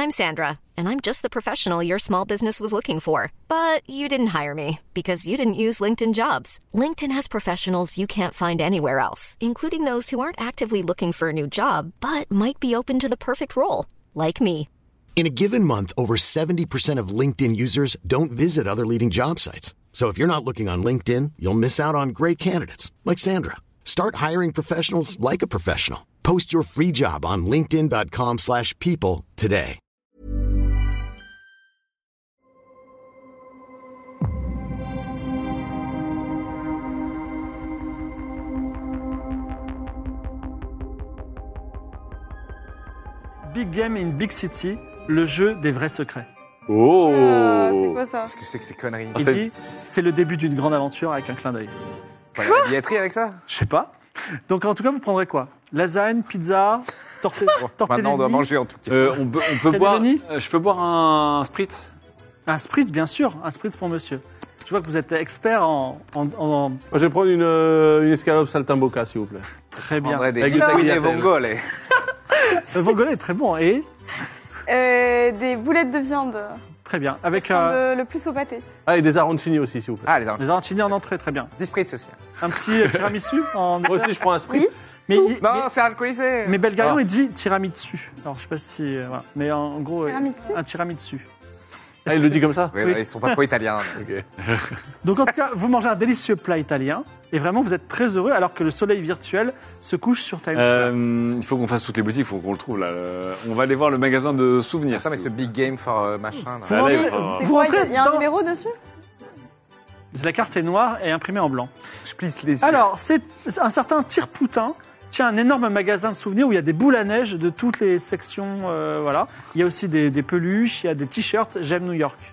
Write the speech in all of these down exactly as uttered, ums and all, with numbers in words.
I'm Sandra, and I'm just the professional your small business was looking for. But you didn't hire me because you didn't use LinkedIn Jobs. LinkedIn has professionals you can't find anywhere else, including those who aren't actively looking for a new job, but might be open to the perfect role, like me. In a given month, over seventy percent of LinkedIn users don't visit other leading job sites. So if you're not looking on LinkedIn, you'll miss out on great candidates like Sandra. Start hiring professionals like a professional. Post your free job on linkedin dot com slash people today. Big Game in Big City, le jeu des vrais secrets. Oh Ah, c'est quoi ça? Qu'est-ce que c'est que ces conneries? Ah, Il c'est- dit, c'est le début d'une grande aventure avec un clin d'œil. Voilà, la billetterie avec ça? Je sais pas. Donc en tout cas, vous prendrez quoi? Lasagne, pizza, torte- tortellini, Maintenant, on doit manger en tout cas. Euh, on peut, on peut boire. Cannelloni euh, Je peux boire un spritz. un spritz, bien sûr, un spritz pour monsieur. Je vois que vous êtes expert en, en- en- Moi, je vais prendre une, euh, une escalope saltimbocca, s'il vous plaît. très On bien. prendrait des Avec du des tagliatelle. vongole. Le vongole est très bon et Euh, des boulettes de viande. très bien. Avec Enfin, euh, le, le plus au pâté. Ah, et des arancini aussi, s'il vous plaît. Ah, les arancini. des arancini en entrée, très bien. dix spritz aussi. Un petit euh, tiramisu en. Moi aussi, je prends un spritz. Oui. Mais, il- Non, mais, c'est alcoolisé. mais Belgarion, Ah. il dit tiramisu. Alors je sais pas si euh, voilà. Mais en gros, euh, Tiramisu un tiramisu. Ah, il le dit comme ça? Ouais, Oui. non, ils sont pas trop italiens. Ok. Donc en tout cas, vous mangez un délicieux plat italien et vraiment vous êtes très heureux alors que le soleil virtuel se couche sur Times Square. Euh, il faut qu'on fasse toutes les boutiques, il faut qu'on le trouve là. Le- On va aller voir le magasin de souvenirs. Attends, mais ce big game for euh, machin. là. Vous Allez, rentrez, on va- C'est vous quoi? Il y a- rentrez il y a un dans- numéro dessus? La carte est noire et imprimée en blanc. Je plisse les yeux. Alors, c'est un certain Tire-Poutin. Tiens, un énorme magasin de souvenirs où il y a des boules à neige de toutes les sections. euh, voilà. Il y a aussi des, des peluches, il y a des t-shirts. J'aime New York.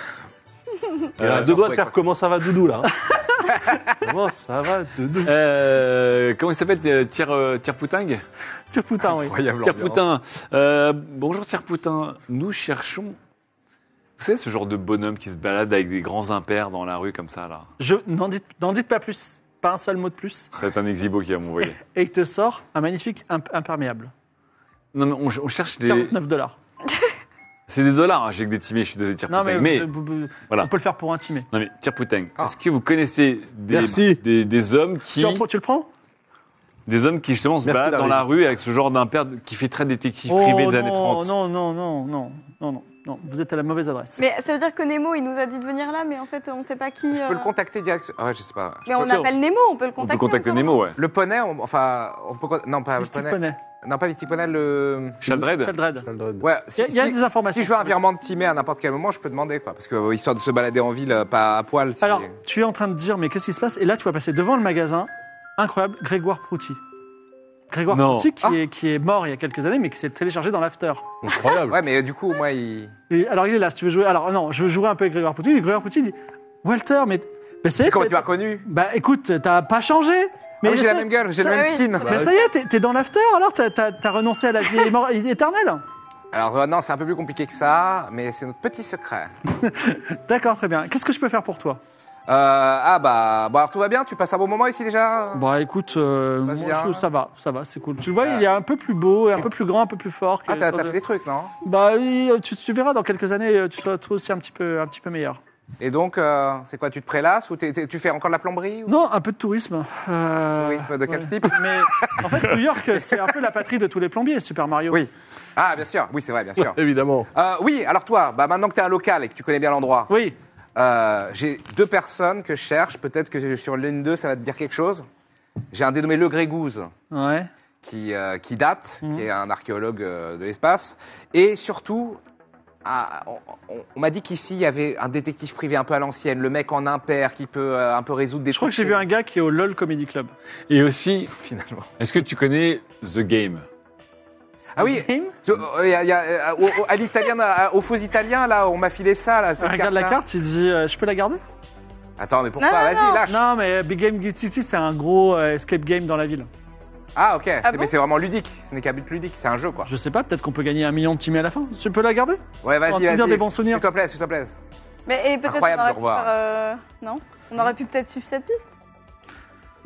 Il a Euh, deux doigts de ouais, faire quoi. comment ça va, Doudou, là. hein. Comment ça va, Doudou? Euh, comment il s'appelle euh, Tire, euh, Tire-Pouting Tire-Poutin, oui. Incroyable ambiance. Tire-Poutin. Euh, bonjour Tire-Poutin. Nous cherchons. Vous savez ce genre de bonhomme qui se balade avec des grands impairs dans la rue comme ça là. Je n'en dites, n'en dites pas plus. Pas un seul mot de plus. Ça va être un exhibo qui va m'envoyer. Et il te sort un magnifique imp- imperméable. Non mais on, on cherche des. quarante-neuf dollars. C'est des dollars. hein, J'ai que des timés. Je suis désolé Non, Tire-Poutin. mais, Mais, vous- vous- vous- voilà. on peut le faire pour intimer. non mais Tire-Poutin. Ah. Est-ce que vous connaissez des, Merci. des, des hommes qui, Tu, en prends- tu le prends? des hommes qui justement se Merci, baladent dans David. la rue avec ce genre d'impair qui fait très détective Oh, privé des non, années trente. Non, non, non, non, non, non, non. Vous êtes à la mauvaise adresse. Mais ça veut dire que Nemo, il nous a dit de venir là, mais en fait, on sait pas qui. Je peux le euh, contacter direct. Ah, ouais, je sais pas. Je Mais on peux- appelle Nemo, on peut le On contacter. peut contacter encore. Nemo, ouais. Le poney, on- enfin, on peut con- non pas le Mystic poney. Poney. Non pas Mystic Poney, le. Chaldred. Sheldred. Sheldred. Ouais. Il Si, y a, il y a si- des informations. si je veux un virement de timé à n'importe quel moment, je peux demander quoi, parce que euh, histoire de se balader en ville, euh, pas à poil. si- Alors, tu es en train de dire, mais qu'est-ce qui se passe? Et là, tu vas passer devant le magasin. Incroyable, Grégoire Prouty. Grégoire Non. Prouty qui, Ah. est, qui est mort il y a quelques années, mais qui s'est téléchargé dans l'after. Incroyable. Ouais, mais euh, du coup, moi, il. Et alors, il est là, si tu veux jouer. Alors, non, je veux jouer un peu avec Grégoire Prouty. Et Grégoire Prouty dit Walter, mais. mais ça y est, Comment t'as- tu m'as reconnu? Bah, écoute, t'as pas changé. Mais Mais j'ai la ça- même gueule, j'ai le ça- même oui. skin. Mais ça y est, t'es- t'es dans l'after alors? T'as t'as- t'as renoncé à la vie émor- éternelle? Alors euh, non, c'est un peu plus compliqué que ça, mais c'est notre petit secret. D'accord, très bien. Qu'est-ce que je peux faire pour toi? Euh, ah bah, bon alors tout va bien, tu passes un bon moment ici déjà? Bah écoute, euh, passe moi, bien. je- ça va, ça va, c'est cool. Tu le vois, Ah. il est un peu plus beau, et un peu plus grand, un peu plus fort. que- Ah t'as t'as fait des trucs, non? Bah oui, tu, tu verras dans quelques années, euh, tu seras toi aussi un petit peu, un petit peu meilleur. Et donc, euh, c'est quoi, tu te prélasses ou t'es- t'es- tu fais encore de la plomberie ou... Non, un peu de tourisme. Euh, Tourisme de quel ouais. type? Mais en fait, New York, c'est un peu la patrie de tous les plombiers, Super Mario. Oui. Ah bien sûr, oui c'est vrai, bien sûr. Évidemment. Euh, oui, alors toi, bah, maintenant que t'es un local et que tu connais bien l'endroit, Oui. euh, j'ai deux personnes que je cherche, peut-être que sur l'une d'eux ça va te dire quelque chose. J'ai un dénommé Le Grégouze. Ouais. Qui, euh, qui date, Mhm. qui est un archéologue euh, de l'espace. Et surtout, ah, on, on- on m'a dit qu'ici, il y avait un détective privé un peu à l'ancienne, le mec en impair qui peut euh, un peu résoudre des Je crois que j'ai trucs vu un gars qui est au LOL Comedy Club. Et aussi, finalement. est-ce que tu connais The Game? Ah oui, je- euh, il y a- il y a, euh, au, au- à l'italien, à- au faux italien, là, on m'a filé ça. Là, cette Regarde la carte-là. carte, il dit euh, je peux la garder? Attends, mais pourquoi? Non, non, Vas-y, non. lâche. Non, mais Big Game Gate City, c'est un gros euh, escape game dans la ville. Ah, ok. C'est- bon mais c'est vraiment ludique. Ce n'est qu'un but ludique. C'est un jeu, quoi. Je sais pas, peut-être qu'on peut gagner un million de timés à la fin. Tu peux la garder? Ouais, vas-y, On va te dire vas-y. des bons souvenirs. S'il te plaît, s'il te plaît. Mais et peut-être Incroyable on aurait de pu revoir. faire, euh, non, on aurait pu peut-être suivre cette piste.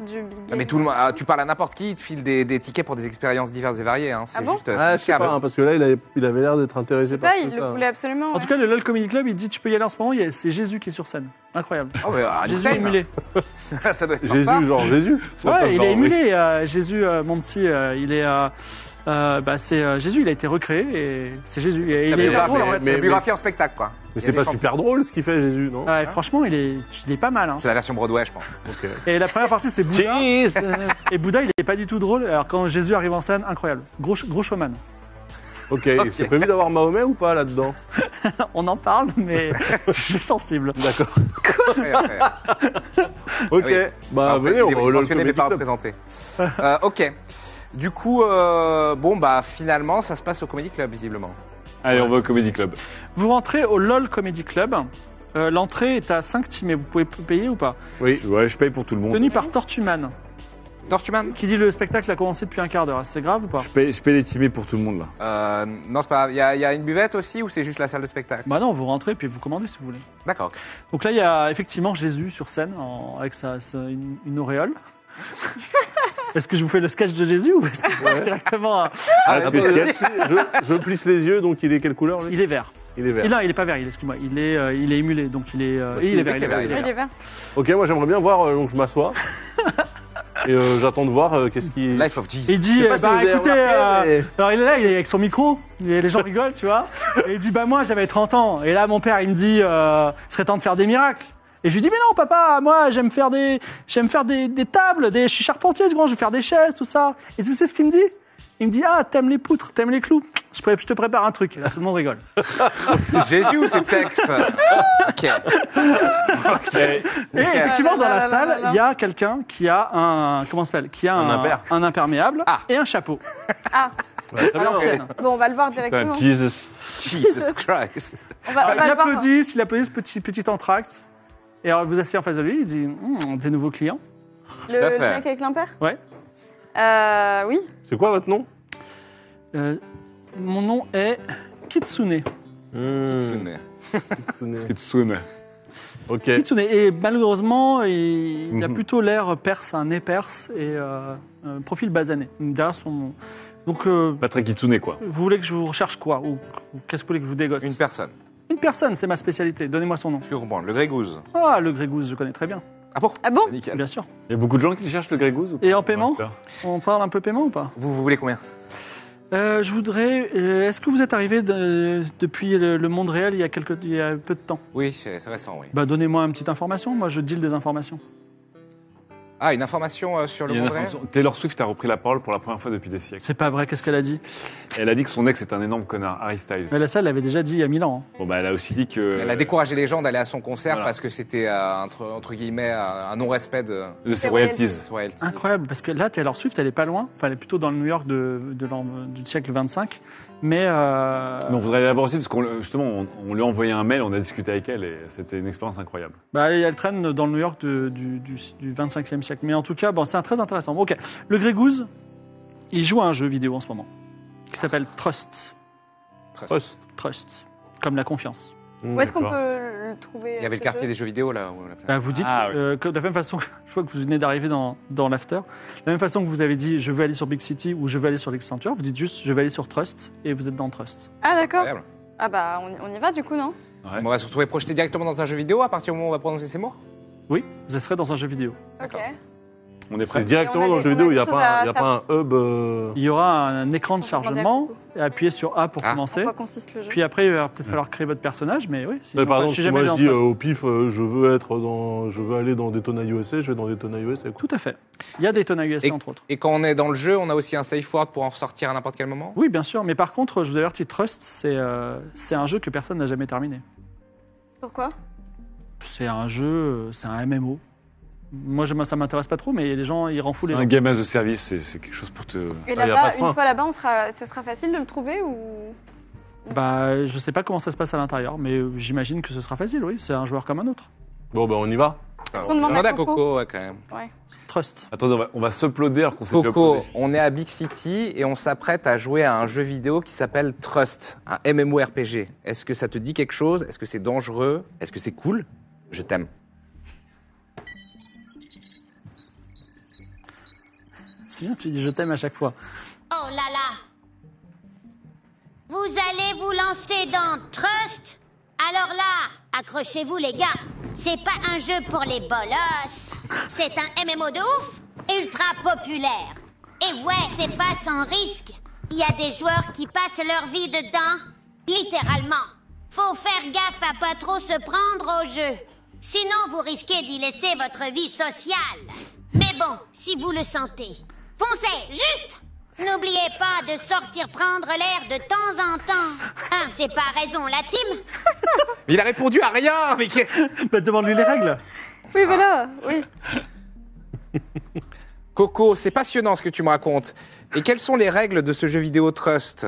du Big Non, Game. mais tout le monde, ah, tu parles à n'importe qui, il te file des, des tickets pour des expériences diverses et variées. Hein. C'est Ah bon juste. euh, Ah, je c'est sais câble. pas, hein, parce que là, il avait, il avait l'air d'être intéressé par Là, tout il le ça. voulait absolument. En ouais. tout cas, le LOL Comedy Club, il dit tu peux y aller en ce moment, il y a- c'est Jésus qui est sur scène. Incroyable. Oh, mais, ah, Jésus insane. émulé. Ça doit être Jésus, sympa. genre Jésus. Ouais, il Genre, est oui. émulé. euh, Jésus, euh, mon petit, euh, il est. euh, euh, bah, c'est euh, Jésus, il a été recréé et c'est Jésus. Et Ça il est fait pas, drôle, en mais- fait. C'est mais- une biographie en spectacle, quoi. Mais Il y a c'est des pas champs. super drôle ce qu'il fait, Jésus, non? Ouais, franchement, il est, il est pas mal. Hein. C'est la version Broadway, je pense. Ok. Et la première partie, c'est Bouddha. Et Bouddha, il est pas du tout drôle. Alors quand Jésus arrive en scène, incroyable. Gros, gros showman. Ok, c'est prévu d'avoir Mahomet ou pas là-dedans? On en parle, mais c'est sujet sensible. D'accord. Après, après. Ok, Oui. bah Après, venez, il on est va au LOL mentionné, mais Comedy pas Club. représenté. Euh, ok. Du coup, euh, bon, bah finalement, ça se passe au Comedy Club, visiblement. Allez, on va au Comedy Club. Vous rentrez au LOL Comedy Club. Euh, L'entrée est à cinq timés. Vous pouvez payer ou pas? Oui. Ouais, je paye pour tout le monde. Tenu par Tortuman, Tortuman qui dit le spectacle a commencé depuis un quart d'heure. C'est grave ou pas? Je paye, je paye les timés pour tout le monde, là. euh, Non, c'est pas grave. Il y, a- il y a une buvette aussi ou c'est juste la salle de spectacle? Bah non, vous rentrez puis vous commandez si vous voulez. D'accord. Donc là, il y a effectivement Jésus sur scène en- avec sa, sa- une, une auréole. Est-ce que je vous fais le sketch de Jésus ou est-ce que vous passe directement à... Ah, Ah, attends, c'est je, je, je plisse les yeux, donc il est quelle couleur lui? Il est vert. Il est vert. Et non, il est pas vert, il est, excuse-moi. Il est, euh, il est émulé, donc il est, euh, Bah, et il est si, vert. oui, Il est c'est vert, vert, il est Oui, il est vert. vert. Ok, moi j'aimerais bien voir, euh, donc je m'assois. Et euh, j'attends de voir euh, qu'est-ce qui. Life of Et Jesus. il dit, Je sais pas euh, si bah vous avez écoutez, remarqué, euh, alors il est là, il est avec son micro, et les gens rigolent, tu vois. Et il dit, bah moi j'avais trente ans. Et là mon père il me dit, euh, il serait temps de faire des miracles. Et je lui dis, mais non papa, moi j'aime faire des, j'aime faire des, des tables, des, je suis charpentier, du grand, je vais faire des chaises, tout ça. Et tu sais ce qu'il me dit? Il me dit, ah t'aimes les poutres, t'aimes les clous, je, pré- je te prépare un truc. Et là tout le monde rigole. C'est Jésus ou c'est Tex? Ok. Et effectivement, dans là, la là, là, salle, là, là. il y a quelqu'un qui a un, comment ça s'appelle, qui a Un un, imper. un imperméable Ah. et un chapeau Ah, Ouais, très à bien. l'ancienne. bon, on va le voir directement. Jesus. Jesus Christ. On va, on Alors, va il le voir. applaudit, il applaudit ce petit, petit entracte. Et alors, vous asseyez en face de lui, il dit, Hum, des nouveaux clients. Le, Tout à le fait. mec avec l'impair Ouais. Euh, oui. C'est quoi votre nom? Euh, mon nom est Kitsune. Mmh, Kitsune. Kitsune. Kitsune. Ok. Kitsune. Et malheureusement, il, il a Mhm. plutôt l'air perse, un nez perse et euh, un profil basané. Derrière son nom. Donc, euh, Pas très Kitsune, quoi. vous voulez que je vous recherche quoi? Ou, ou qu'est-ce que vous voulez que je vous dégote? Une personne. Une personne, c'est ma spécialité. Donnez-moi son nom. Je peux comprendre. Le Grégouze. Ah, le Grégouze, je connais très bien. Ah bon? Ah bon? Nickel. Bien sûr. Il y a beaucoup de gens qui cherchent le Grégouze ou pas? Et en paiement Ouais, On parle un peu paiement ou pas? Vous, vous voulez combien? Euh, je voudrais. euh, Est-ce que vous êtes arrivé de- depuis le, le monde réel il y a quelques, il y a peu de temps? Oui, c'est c'est récent, oui. Bah, donnez-moi une petite information. Moi, je deal des informations. Ah, une information euh, sur le Il y a une monde réel? information. Taylor Swift a repris la parole pour la première fois depuis des siècles. C'est pas vrai. Qu'est-ce qu'elle a dit? Elle a dit que son ex est un énorme connard, Harry Styles. Mais la salle l'avait déjà dit il y a mille ans. hein. Bon, bah, elle a aussi dit que. Elle a découragé les gens d'aller à son concert Voilà. parce que c'était, euh, entre, entre guillemets, euh, un non-respect de De ses Des royalties. des royalties. Incroyable, parce que là, Taylor Swift, elle est pas loin. Enfin, elle est plutôt dans le New York de, de l'an- du siècle vingt-cinq. Mais. euh, Mais on voudrait la voir aussi parce qu'on le- justement, on, on lui a envoyé un mail, on a discuté avec elle et c'était une expérience incroyable. Bah, elle, elle traîne dans le New York de- du, du, du vingt-cinquième siècle. Mais en tout cas, bon, c'est un très intéressant. Bon, ok. Le Grégouze, il joue à un jeu vidéo en ce moment qui s'appelle Trust. Poste. Trust. Comme la confiance. Mmh, Où est-ce qu'on d'accord. peut le trouver? Il y avait le ce quartier jeu des jeux vidéo, là. où la- Bah, vous dites, Ah, oui. euh, que de la même façon, je vois que vous venez d'arriver dans, dans l'after, de la même façon que vous avez dit je veux aller sur Big City ou je veux aller sur l'Accenture, vous dites juste je vais aller sur Trust et vous êtes dans Trust. Ah, d'accord. Incroyable. Ah, bah, on, on y va du coup, non? Ouais. On va se retrouver projeté directement dans un jeu vidéo à partir du moment où on va prononcer ces mots? Oui, vous serez dans un jeu vidéo. Ok. D'accord. On est C'est prêt. directement Et on a dans le des- jeu on a vidéo, il des n'y a, choses pas, à il y a pas un hub. euh, Il y aura un écran de On va demander à chargement, Coco. et appuyez sur A pour Ah. En commencer. quoi consiste le jeu? Puis après, il va peut-être falloir créer votre personnage, mais oui. mais par je exemple, suis si jamais moi allé je en dis euh, Trust. au pif, euh, je veux être dans, je veux aller dans Daytona U S A, je vais dans Daytona U S A. quoi. Tout à fait. Il y a Daytona U S A, Et- entre autres. Et quand on est dans le jeu, on a aussi un safe word pour en ressortir à n'importe quel moment? Oui, bien sûr, mais par contre, je vous avertis, Trust, c'est euh, c'est un jeu que personne n'a jamais terminé. Pourquoi? C'est un jeu, euh, c'est un M M O. Moi, je- ça m'intéresse pas trop, mais les gens, ils rendent fou les C'est gens. un game as a service, c'est c'est quelque chose pour te. Et Ah, y a là-bas, pas de fin. une fois là-bas, on sera, ce sera facile de le trouver ou? Bah, je sais pas comment ça se passe à l'intérieur, mais euh, j'imagine que ce sera facile, oui. C'est un joueur comme un autre. Bon, ben on y va. Alors, qu'on demande à à Coco Coco, ouais, quand même. Trust. Attendez, on va, on va s'uploader alors qu'on s'est déjà Coco, uploadé. on est à Big City et on s'apprête à jouer à un jeu vidéo qui s'appelle Trust, un MMORPG. Est-ce que ça te dit quelque chose? Est-ce que c'est dangereux? Est-ce que c'est cool? Je t'aime. C'est bien, tu dis je t'aime à chaque fois. Oh là là. Vous allez vous lancer dans Trust? Alors là, accrochez-vous les gars. C'est pas un jeu pour les bolosses. C'est un M M O de ouf, ultra populaire. Et ouais, c'est pas sans risque. Il y a des joueurs qui passent leur vie dedans, littéralement. Faut faire gaffe à pas trop se prendre au jeu. Sinon, vous risquez d'y laisser votre vie sociale. Mais bon, si vous le sentez, foncez, juste. N'oubliez pas de sortir prendre l'air de temps en temps. Hein, j'ai pas raison, la team? Il a répondu à rien, mais... que- Bah, demande-lui les règles. Oui, voilà, oui. Coco, c'est passionnant ce que tu me racontes. Et quelles sont les règles de ce jeu vidéo Trust?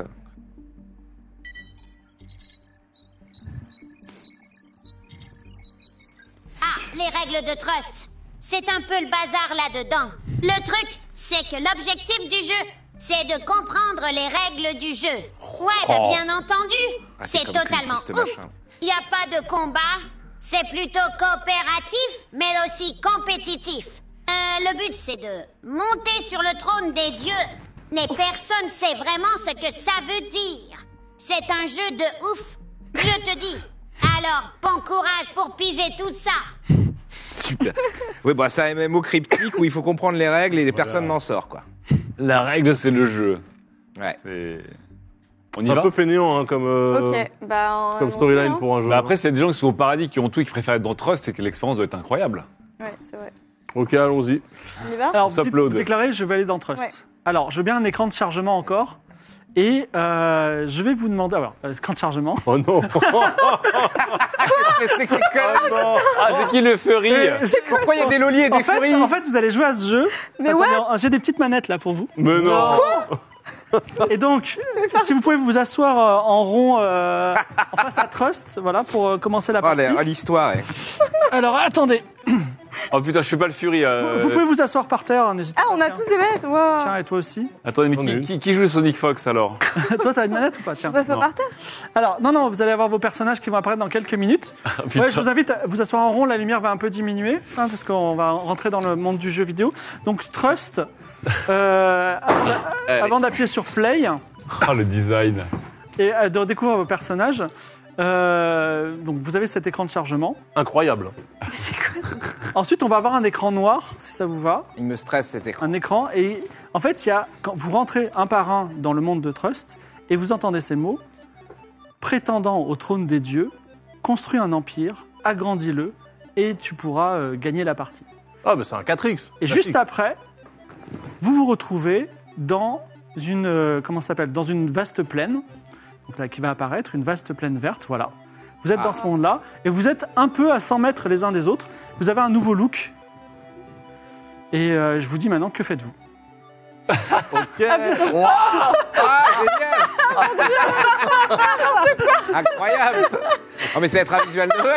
Ah, les règles de Trust. C'est un peu le bazar là-dedans. Le truc, c'est que l'objectif du jeu, c'est de comprendre les règles du jeu. Ouais, bah, Oh. bien entendu. Ah, c'est c'est comme totalement cultiste, ouf. machin. Il n'y a pas de combat. C'est plutôt coopératif, mais aussi compétitif. Euh, le but, c'est de monter sur le trône des dieux. Mais personne sait vraiment ce que ça veut dire. C'est un jeu de ouf, je te dis. Alors, bon courage pour piger tout ça. Super. Oui, bah c'est un M M O cryptique où il faut comprendre les règles et personne n'en sort, quoi. La règle, c'est le jeu. Ouais. C'est... On y Un va peu fainéant hein, comme, euh, Ok, bah. on- comme on storyline fait, hein. pour un jeu. Bah après, s'il y a des gens qui sont au paradis, qui ont tout et qui préfèrent être dans Trust, c'est que l'expérience doit être incroyable. Ouais, c'est vrai. Ok, allons-y. On y va? Alors, On vous dites- s'upload. vous déclarez, je vais aller dans Trust. Ouais. Alors, je veux bien un écran de chargement encore. Et euh, je vais vous demander... Alors, écran de chargement. Oh non. Mais c'est que conneries. Ah, c'est qui le furry Et j'ai- Pourquoi il y a des loliers et des en, fait, furies? en fait, vous allez jouer à ce jeu. Mais Attendez, ouais. j'ai des petites manettes là pour vous. Mais non. Et donc, si vous pouvez vous asseoir euh, en rond euh, en face à Trust, voilà, pour euh, commencer la Oh, partie. la- oh, l'histoire, ouais. Alors, attendez. Oh putain, je suis pas le fury. euh, Vous pouvez vous asseoir par terre, hein, n'hésitez Ah, pas. on a Tiens. tous des manettes, wow. Tiens, et toi aussi. Attendez, mais J'en ai qui, une. qui, qui joue Sonic Fox alors? Toi, t'as une manette ou pas? Tiens. Ça se Non. par terre? Alors, non, non, vous allez avoir vos personnages qui vont apparaître dans quelques minutes. putain. Ouais, je vous invite à vous asseoir en rond, la lumière va un peu diminuer, hein, parce qu'on va rentrer dans le monde du jeu vidéo. Donc, Trust, euh, avant d'a- avant d'appuyer sur Play Ah, le design. et euh, de découvrir vos personnages, euh, donc vous avez cet écran de chargement. Incroyable. Ensuite, on va avoir un écran noir, si ça vous va. Il me stresse cet écran. Un écran. Et en fait, il y a, quand vous rentrez un par un dans le monde de Trust, et vous entendez ces mots, prétendant au trône des dieux, construis un empire, agrandis-le, et tu pourras euh, gagner la partie. Ah, mais c'est un quatre X. Et juste après, vous vous retrouvez dans une, euh, comment ça s'appelle, dans une vaste plaine, donc là qui va apparaître, une vaste plaine verte, voilà. Vous êtes Ah. dans ce monde-là, et vous êtes un peu à cent mètres les uns des autres. Vous avez un nouveau look. Et euh, je vous dis maintenant, que faites-vous? Ok. Ah, génial. Incroyable. Oh, mais ça va être un visual novel.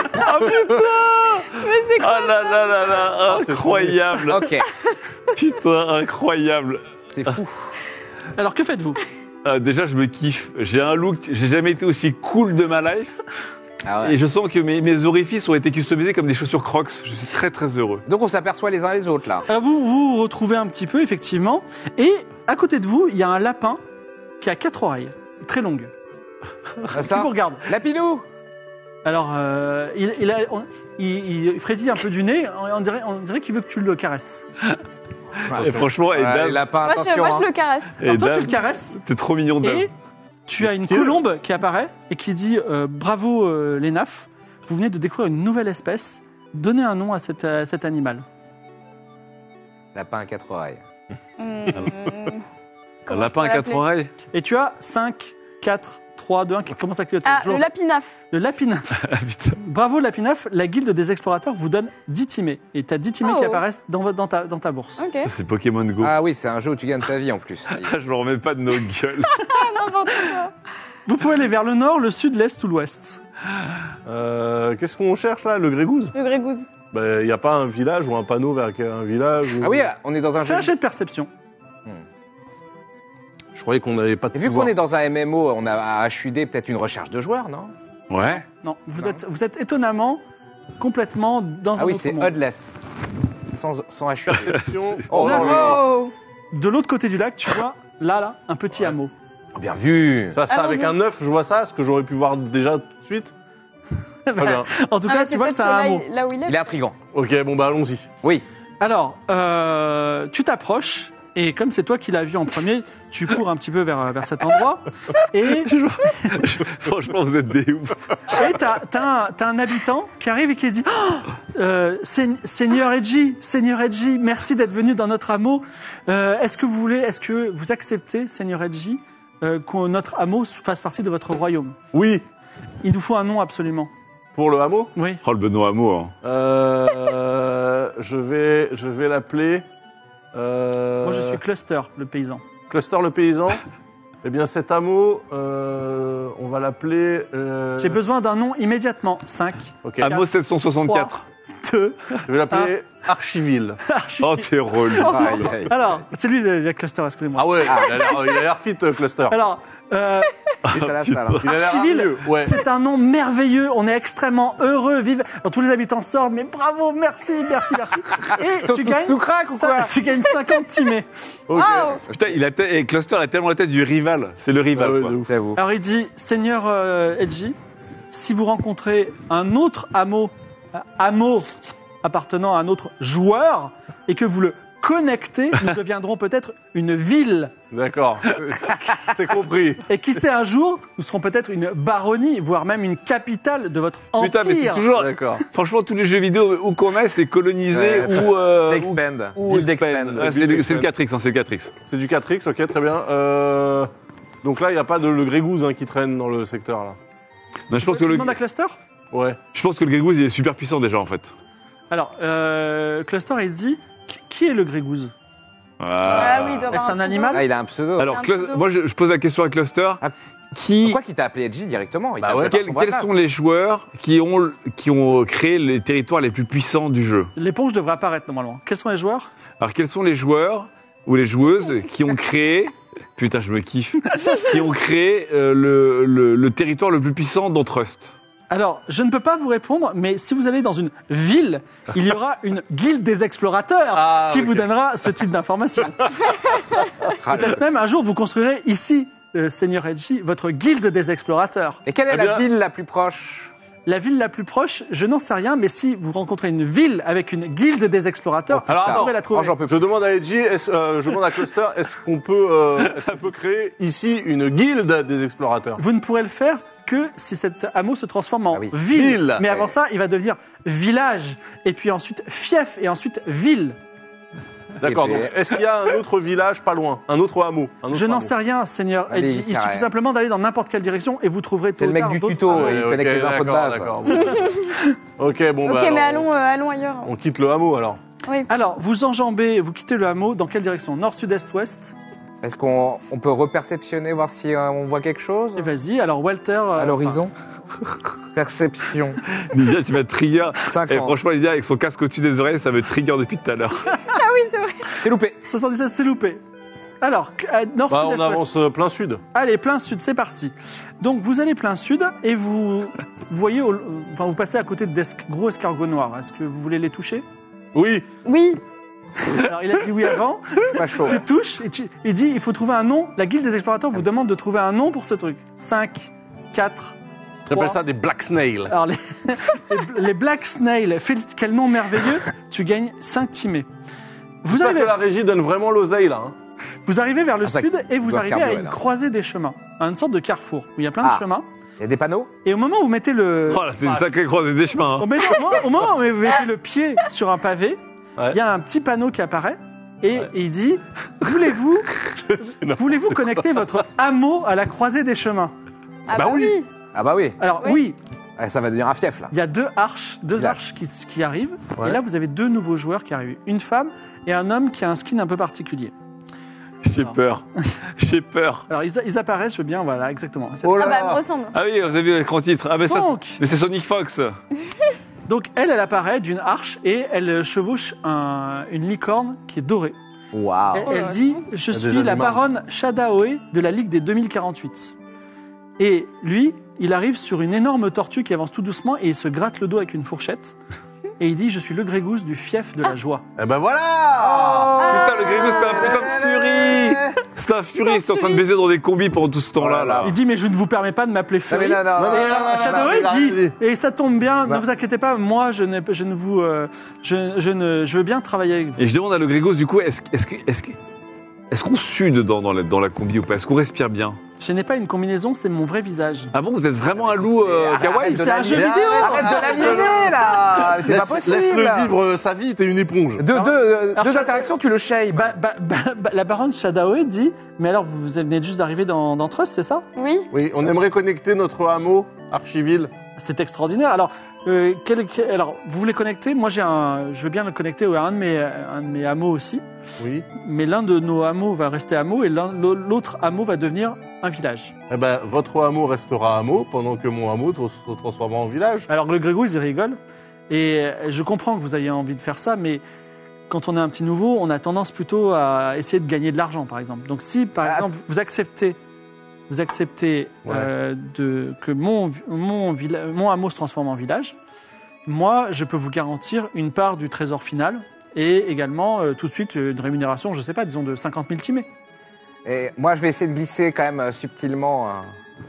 Ah là là là là, incroyable. Ok, Putain, incroyable. c'est fou. Alors, que faites-vous? Ah, déjà, je me kiffe. J'ai un look, j'ai jamais été aussi cool de ma life. Ah ouais. Et je sens que mes, mes orifices ont été customisés comme des chaussures Crocs. Je suis très très heureux. Donc on s'aperçoit les uns les autres là. Alors, vous vous vous retrouvez un petit peu, effectivement, et à côté de vous, il y a un lapin qui a quatre oreilles, très longues, Ah, qui ça vous regarde. Lapinou. Alors, euh, il, il, a- on- il- il frétille un peu du nez, on dirait, on dirait qu'il veut que tu le caresses. Et franchement, et Ouais, Dave, les lapins, Moi, je, attention. moi, je hein. le caresse. et Alors, toi, tu Dave, le caresses, t'es trop mignon, Dave. et tu as une colombe qui apparaît et qui dit euh, bravo euh, les nafs, vous venez de découvrir une nouvelle espèce, donnez un nom à, cette- à cet animal. Lapin à quatre oreilles. Hmm. Un Comment lapin je à peux quatre l'appeler? oreilles. Et tu as cinq, quatre, trois, deux, un qui commence à clignoter. Ah, Toujours. le lapinaf. Le lapinaf. Ah putain. Bravo Lapinaf, la guilde des explorateurs vous donne dix timés. Et tu as dix timés Oh. qui apparaissent dans, votre- dans, ta, dans ta bourse. Ok. C'est Pokémon Go. Ah oui, c'est un jeu où tu gagnes ta vie en plus. Ah, je me remets pas de nos gueules. N'importe quoi. Vous pouvez aller vers le nord, le sud, l'est ou l'ouest. Euh, Qu'est-ce qu'on cherche là? Le grégouze? Le grégouze. Il n'y a pas un village ou un panneau vers un village ou... Ah oui, on est dans un Fais jeu. un jet de perception. Je croyais qu'on n'avait pas de Et vu pouvoir. qu'on est dans un M M O, on a à H U D peut-être une recherche de joueurs, non? Ouais. Non, vous, Non. Êtes, vous êtes étonnamment complètement dans Ah un oui, autre c'est monde. Odless. Sans, sans H U D. Perception. Oh, Neuf. non, non, non. Oh. de l'autre côté du lac, tu vois, là, là, un petit hameau. Bien vu. Ça, ça avec un œuf, je vois ça, ce que j'aurais pu voir déjà tout de suite. Très bien. En tout Ah, cas, mais tu c'est vois que peut-être c'est un là, hameau. il- Là où il est. Il est intriguant. Ok, bon bah allons-y. Oui. Alors, euh, tu t'approches, et comme c'est toi qui l'as vu en premier, tu cours un petit peu vers, vers cet endroit, et Franchement, vous êet des ouf. et t'as t'as un, t'as un habitant qui arrive et qui dit oh, euh, Seigne- Seigneur Edgy, Seigneur Edgy, merci d'être venu dans notre hameau. Euh, est-ce que vous voulez, est-ce que vous acceptez, Seigneur Edgy, euh, que notre hameau fasse partie de votre royaume? Oui, Il nous faut un nom absolument. pour le hameau. Oui. Oh, le Benoît Hameau. Hein. Euh, je vais, je vais l'appeler. euh, Moi, je suis Cluster, le paysan. Cluster le paysan. Eh bien, cet hameau, euh, on va l'appeler. euh, J'ai besoin d'un nom immédiatement. cinq, Ok. Hameau sept cent soixante-quatre. deux, Je vais l'appeler Archiville. Oh, t'es relou. Aïe, aïe. Alors, c'est lui le, le Cluster, excusez-moi. Ah ouais, il a l'air- il a l'air fit, euh, Cluster. Alors, euh, Juste à la salle, hein. Il a l'air Archiville, hargneux, ouais. c'est un nom merveilleux. On est extrêmement heureux. Vive. Alors, tous les habitants sortent, mais bravo, merci, merci, merci. Et sont tu tous gagnes, sous crack ou ça- quoi tu gagnes cinquante timés. Ok. Waouh. Putain, il a te- et Cluster a tellement la tête du rival. C'est le rival, Ah ouais, quoi. de ouf. J'avoue. Alors, il dit, Seigneur euh, Edgy, si vous rencontrez un autre hameau, un hameau appartenant à un autre joueur, et que vous le connectez, nous deviendrons peut-être une ville. D'accord. C'est compris. Et qui sait, un jour, nous serons peut-être une baronnie, voire même une capitale de votre empire. Putain, mais c'est toujours. D'accord. Franchement, tous les jeux vidéo où qu'on a, c'est coloniser Ouais, ou. euh, C'est ou- expand. ou Build expand. expand. Ouais, c'est le, c'est le quatre X, hein, c'est le quatre X. C'est du quatre X, ok, très bien. Euh, Donc là, il n'y a pas de le grégouze hein, qui traîne dans le secteur là. Non, je pense Tu que le, demandes à Cluster? Ouais. je pense que le Grégouze, il est super puissant déjà, en fait. Alors, euh, Cluster, il dit, qui, qui est le grégouze? Ah oui, il doit Est-ce avoir un pseudo. animal? Ah, il a un pseudo. Alors, un Clus- pseudo. moi, je, je pose la question à Cluster. Ah. Qui, Pourquoi qu'il t'a appelé Edgy directement? Il Bah t'a ouais. appelé quels, par ton vrai quels place. sont les joueurs qui ont, qui ont créé les territoires les plus puissants du jeu? L'éponge devrait apparaître normalement. Quels sont les joueurs? Alors, quels sont les joueurs ou les joueuses qui ont créé, putain, je me kiffe, qui ont créé euh, le, le, le territoire le plus puissant d'Antrust? Alors, je ne peux pas vous répondre, mais si vous allez dans une ville, il y aura une guilde des explorateurs Ah, qui ok. vous donnera ce type d'informations. Ah, Peut-être même un jour, vous construirez ici, euh, Seigneur Edgy, votre guilde des explorateurs. Et quelle est Eh la bien- ville la plus proche? La ville la plus proche, je n'en sais rien, mais si vous rencontrez une ville avec une guilde des explorateurs, Alors, vous attends. pourrez la trouver. Oh, j'en peux Je demande à Edgy, est-ce- euh, je demande à Cluster, est-ce qu'on peut, euh, est-ce qu'on peut créer ici une guilde des explorateurs? Vous ne pourrez le faire que si cet hameau se transforme en Ah oui. ville. Ville. Mais avant Ouais. ça, il va devenir village, et puis ensuite fief, et ensuite ville. D'accord, Et donc puis- est-ce qu'il y a un autre village pas loin? Un autre hameau? Un autre Je n'en hameau. sais rien, Seigneur Allez, Edgy. il sait Il suffit rien. simplement d'aller dans n'importe quelle direction et vous trouverez tôt C'est le ou mec tard du d'autres tuto, hameaux. il Ouais, connaît ok, que les infos de d'accord, base. d'accord. Ok, bon Ok, bah. mais alors, allons, euh, allons ailleurs. On quitte le hameau alors. Oui. Alors, vous enjambez, vous quittez le hameau, dans quelle direction? Nord, sud, est, ouest? Est-ce qu'on on peut reperceptionner, voir si euh, on voit quelque chose Et vas-y, alors Walter... euh, à l'horizon? Perception. Lydia, tu vas te trigger. cinquante. Et franchement, Lydia, avec son casque au-dessus des oreilles, ça me trigger depuis tout à l'heure. Ah oui, c'est vrai. C'est loupé. enfin, soixante-dix-sept, c'est loupé. Alors, euh, nord, Bah, sud, on est, ouest. avance euh, plein sud. Allez, plein sud, c'est parti. Donc, vous allez plein sud et vous voyez, au- enfin, vous passez à côté de des gros escargots noirs. Est-ce que vous voulez les toucher? Oui. Oui. Alors, il a dit oui avant. C'est pas chaud. Tu touches et tu, il dit il faut trouver un nom. La guilde des explorateurs vous demande de trouver un nom pour ce truc. cinq, quatre, J'appelle trois. ça des black snails. Alors, les, les, les Black Snail, félicite- quel nom merveilleux. Tu gagnes cinq timés. Vous J'espère arrivez, que la régie donne vraiment l'oseille là. hein. vous arrivez vers le Ah, ça sud et vous doit arrivez à carburer, une là. croisée des chemins, à une sorte de carrefour où il y a plein Ah. de chemins. Il y a des panneaux? Et au moment où vous mettez le, Oh là, c'est une sacrée croisée des chemins. au, Hein. moment- au moment- au moment où vous mettez le pied sur un pavé, il Ouais. y a un petit panneau qui apparaît et, Ouais. et il dit voulez-vous C'est n'importe- voulez-vous connecter votre hameau à la croisée des chemins? Ah Bah oui. Ah bah oui. Alors Oui. oui, Ah, ça va devenir un fief là. il y a deux arches, deux Village. arches qui, qui arrivent. Ouais. Et là, vous avez deux nouveaux joueurs qui arrivent. Une femme et un homme qui a un skin un peu particulier. J'ai peur. J'ai peur. Alors, ils, ils apparaissent, je veux bien, voilà, exactement. C'est- Oh Ah là bah, elle me là. ressemble. Ah oui, vous avez vu l'écran titre. Ah, mais, ça, Donc, mais c'est Sonic Fox. donc, elle, elle apparaît d'une arche et elle chevauche un- une licorne qui est dorée. Waouh. Elle, Oh elle là dit là. je Il y a suis déjà la du mal. baronne Shadaoe de la Ligue des deux mille quarante-huit. Et lui, il arrive sur une énorme tortue qui avance tout doucement et il se gratte le dos avec une fourchette. et il dit « Je suis le Grégousse du fief de la joie Eh ben voilà. Putain, le Grégousse, c'était un putain de furie. C'était un furie, c'était en train de baiser dans des combis pendant tout ce temps-là. Oh là là. là. » Il dit « Mais je ne vous permets pas de m'appeler Non, Fury. mais non, non, non, Et non, alors, non, Shadowé non, non, dit, non, non. et ça tombe bien, Non. ne vous inquiétez pas, moi je ne, je ne vous, euh, je, je ne, je veux bien travailler avec vous. Et je demande à le Grégousse, du coup, est-ce est-ce que- est-ce que- est-ce qu'on sue dedans dans la, dans la combi ou pas? Est-ce qu'on respire bien? Ce n'est pas une combinaison, c'est mon vrai visage. Ah bon, vous êtes vraiment un loup euh, Arrête kawaii? de C'est un jeu l'animer. vidéo. Arrête de l'animer, là. C'est pas Laisse- possible. Laisse-le vivre euh, sa vie, t'es une éponge. Deux, Alors- deux, euh, alors, deux ça- interactions, tu le shapes. Bah, bah, bah, bah, la baronne Shadaoe dit « Mais alors, vous venez juste d'arriver dans, dans Trust, c'est ça Oui. Oui, on aimerait connecter notre hameau Archiville. ?» C'est extraordinaire. Alors, euh, quel- quel- alors, vous voulez connecter? Moi, j'ai un, je veux bien le connecter à un de mes, un de mes hameaux aussi. Oui. Mais l'un de nos hameaux va rester hameau et l'un- l'autre hameau va devenir un village. Eh ben, votre hameau restera hameau pendant que mon hameau tra- se transformera en village. Alors, le Grégousse, il rigole. Et je comprends que vous ayez envie de faire ça, mais quand on est un petit nouveau, on a tendance plutôt à essayer de gagner de l'argent, par exemple. Donc, si, par Ah. exemple, vous acceptez, vous acceptez Ouais. euh, de, que mon, mon, villa- mon hameau se transforme en village, moi, je peux vous garantir une part du trésor final et également, euh, tout de suite, une rémunération, je ne sais pas, disons de cinquante mille timés. Et moi, je vais essayer de glisser quand même euh, subtilement. euh,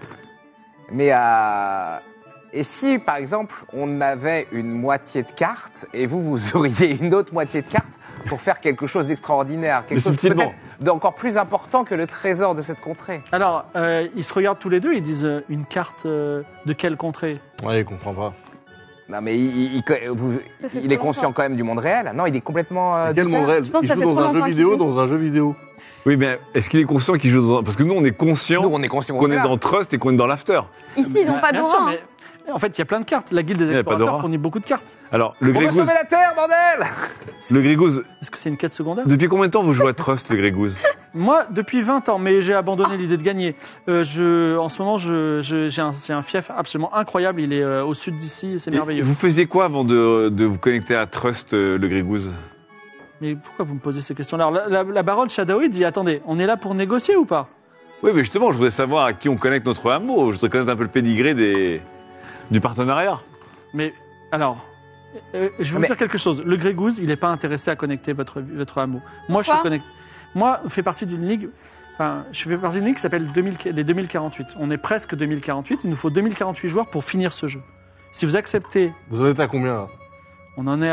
Mais euh, et si, par exemple, on avait une moitié de carte et vous, vous auriez une autre moitié de carte pour faire quelque chose d'extraordinaire, quelque Mais chose subtilement. peut-être d'encore plus important que le trésor de cette contrée. Alors, euh, ils se regardent tous les deux, ils disent euh, une carte euh, de quelle contrée? Ouais, il comprend pas. Non, mais il, il- il- vous- Ça fait il est trop conscient longtemps. quand même du monde réel. Non, il est complètement. euh, Quel différent. monde réel? Je pense Il que ça joue fait dans trop un jeu longtemps qu'il vidéo, joue. dans un jeu vidéo. Oui, mais est-ce qu'il est conscient qu'il joue dans... Parce que nous, on est conscient Nous, on est conscient qu'on est là. dans Trust et qu'on est dans l'After. Ici, ils n'ont Bah, pas bien d'aura. sûr, hein. mais en fait, il y a plein de cartes. La guilde des Il y a pas explorateurs d'aura. fournit beaucoup de cartes. Alors, le On veut Grégousse, sauver la Terre, bordel. le Grégousse, Est-ce que c'est une quête secondaire? depuis combien de temps vous jouez à Trust, le Grégousse? Moi, depuis vingt ans, mais j'ai abandonné l'idée de gagner. Euh, je, en ce moment, je, je- j'ai, un, j'ai un fief absolument incroyable. Il est euh, au sud d'ici, c'est Et merveilleux. Vous faisiez quoi avant de, de vous connecter à Trust, euh, le Grégousse? Mais pourquoi vous me posez ces questions-là? Alors, la, la, la baronne Shadaoe dit, attendez, on est là pour négocier ou pas? Oui, mais justement, je voudrais savoir à qui on connecte notre hameau. Je voudrais connaître un peu le pédigré des... du partenariat. Mais alors, euh, je vais vous Mais- dire quelque chose. Le Grégousse, il n'est pas intéressé à connecter votre, votre hameau. Moi, je Pourquoi connecte. Moi, je fais partie d'une ligue. Enfin, je fais partie d'une ligue qui s'appelle deux mille les deux mille quarante-huit. On est presque deux mille quarante-huit. Il nous faut deux mille quarante-huit joueurs pour finir ce jeu. Si vous acceptez, Vous en êtes à combien là? on en est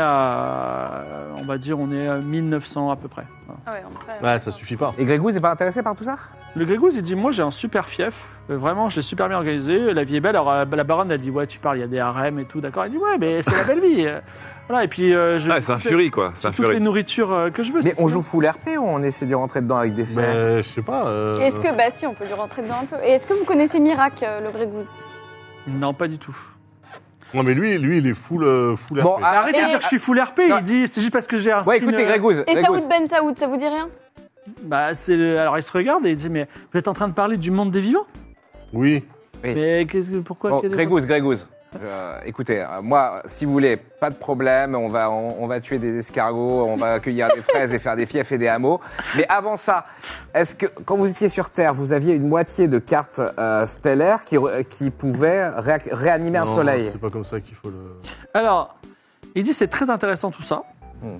à, on va dire, on est à mille neuf cents à peu près. Voilà. Ah ouais, après, Ouais, ça suffit pas. Et Grégousse n'est pas intéressé par tout ça? Le Grégousse, il dit, moi, j'ai un super fief. Euh, Vraiment, je l'ai super bien organisé. La vie est belle. Alors, euh, la baronne, elle dit, ouais, tu parles, il y a des harems et tout. D'accord. Elle dit, ouais, mais c'est la belle vie. Euh, Voilà. Et puis, euh, je. Ah, c'est un toutes les- fury, quoi. C'est un j'ai toutes fury. les nourritures euh, que je veux. Mais c'est on tout joue bien. full R P ou on essaie de rentrer dedans avec des faits? Ben, je sais pas. euh, Est-ce que, bah si, on peut lui rentrer dedans un peu. Et est-ce que vous connaissez Mirac, euh, le Grégousse? Non, pas du tout. Non, mais lui, lui, il est full, euh, full Bon, R P. ah, Arrêtez de Et- dire que je suis full R P. Non. Il dit, c'est juste parce que j'ai un Ouais, skin, écoutez, euh, Grégousse. Et Grégousse. Saoud Ben Saoud, ça vous dit rien? Bah, c'est le- alors il se regarde et il dit, mais vous êtes en train de parler du monde des vivants? Oui. Oui. Mais qu'est-ce que, pourquoi? Bon, quel est- Grégousse, Grégousse. Euh, écoutez, euh, moi, si vous voulez, pas de problème, on va, on, on va tuer des escargots, on va cueillir des fraises et faire des fiefs et des hameaux. Mais avant ça, est-ce que quand vous étiez sur Terre, vous aviez une moitié de cartes euh, stellaires qui, re- qui pouvaient réac- réanimer un Non, soleil? C'est pas comme ça qu'il faut le. Alors, il dit, c'est très intéressant tout ça. Hmm.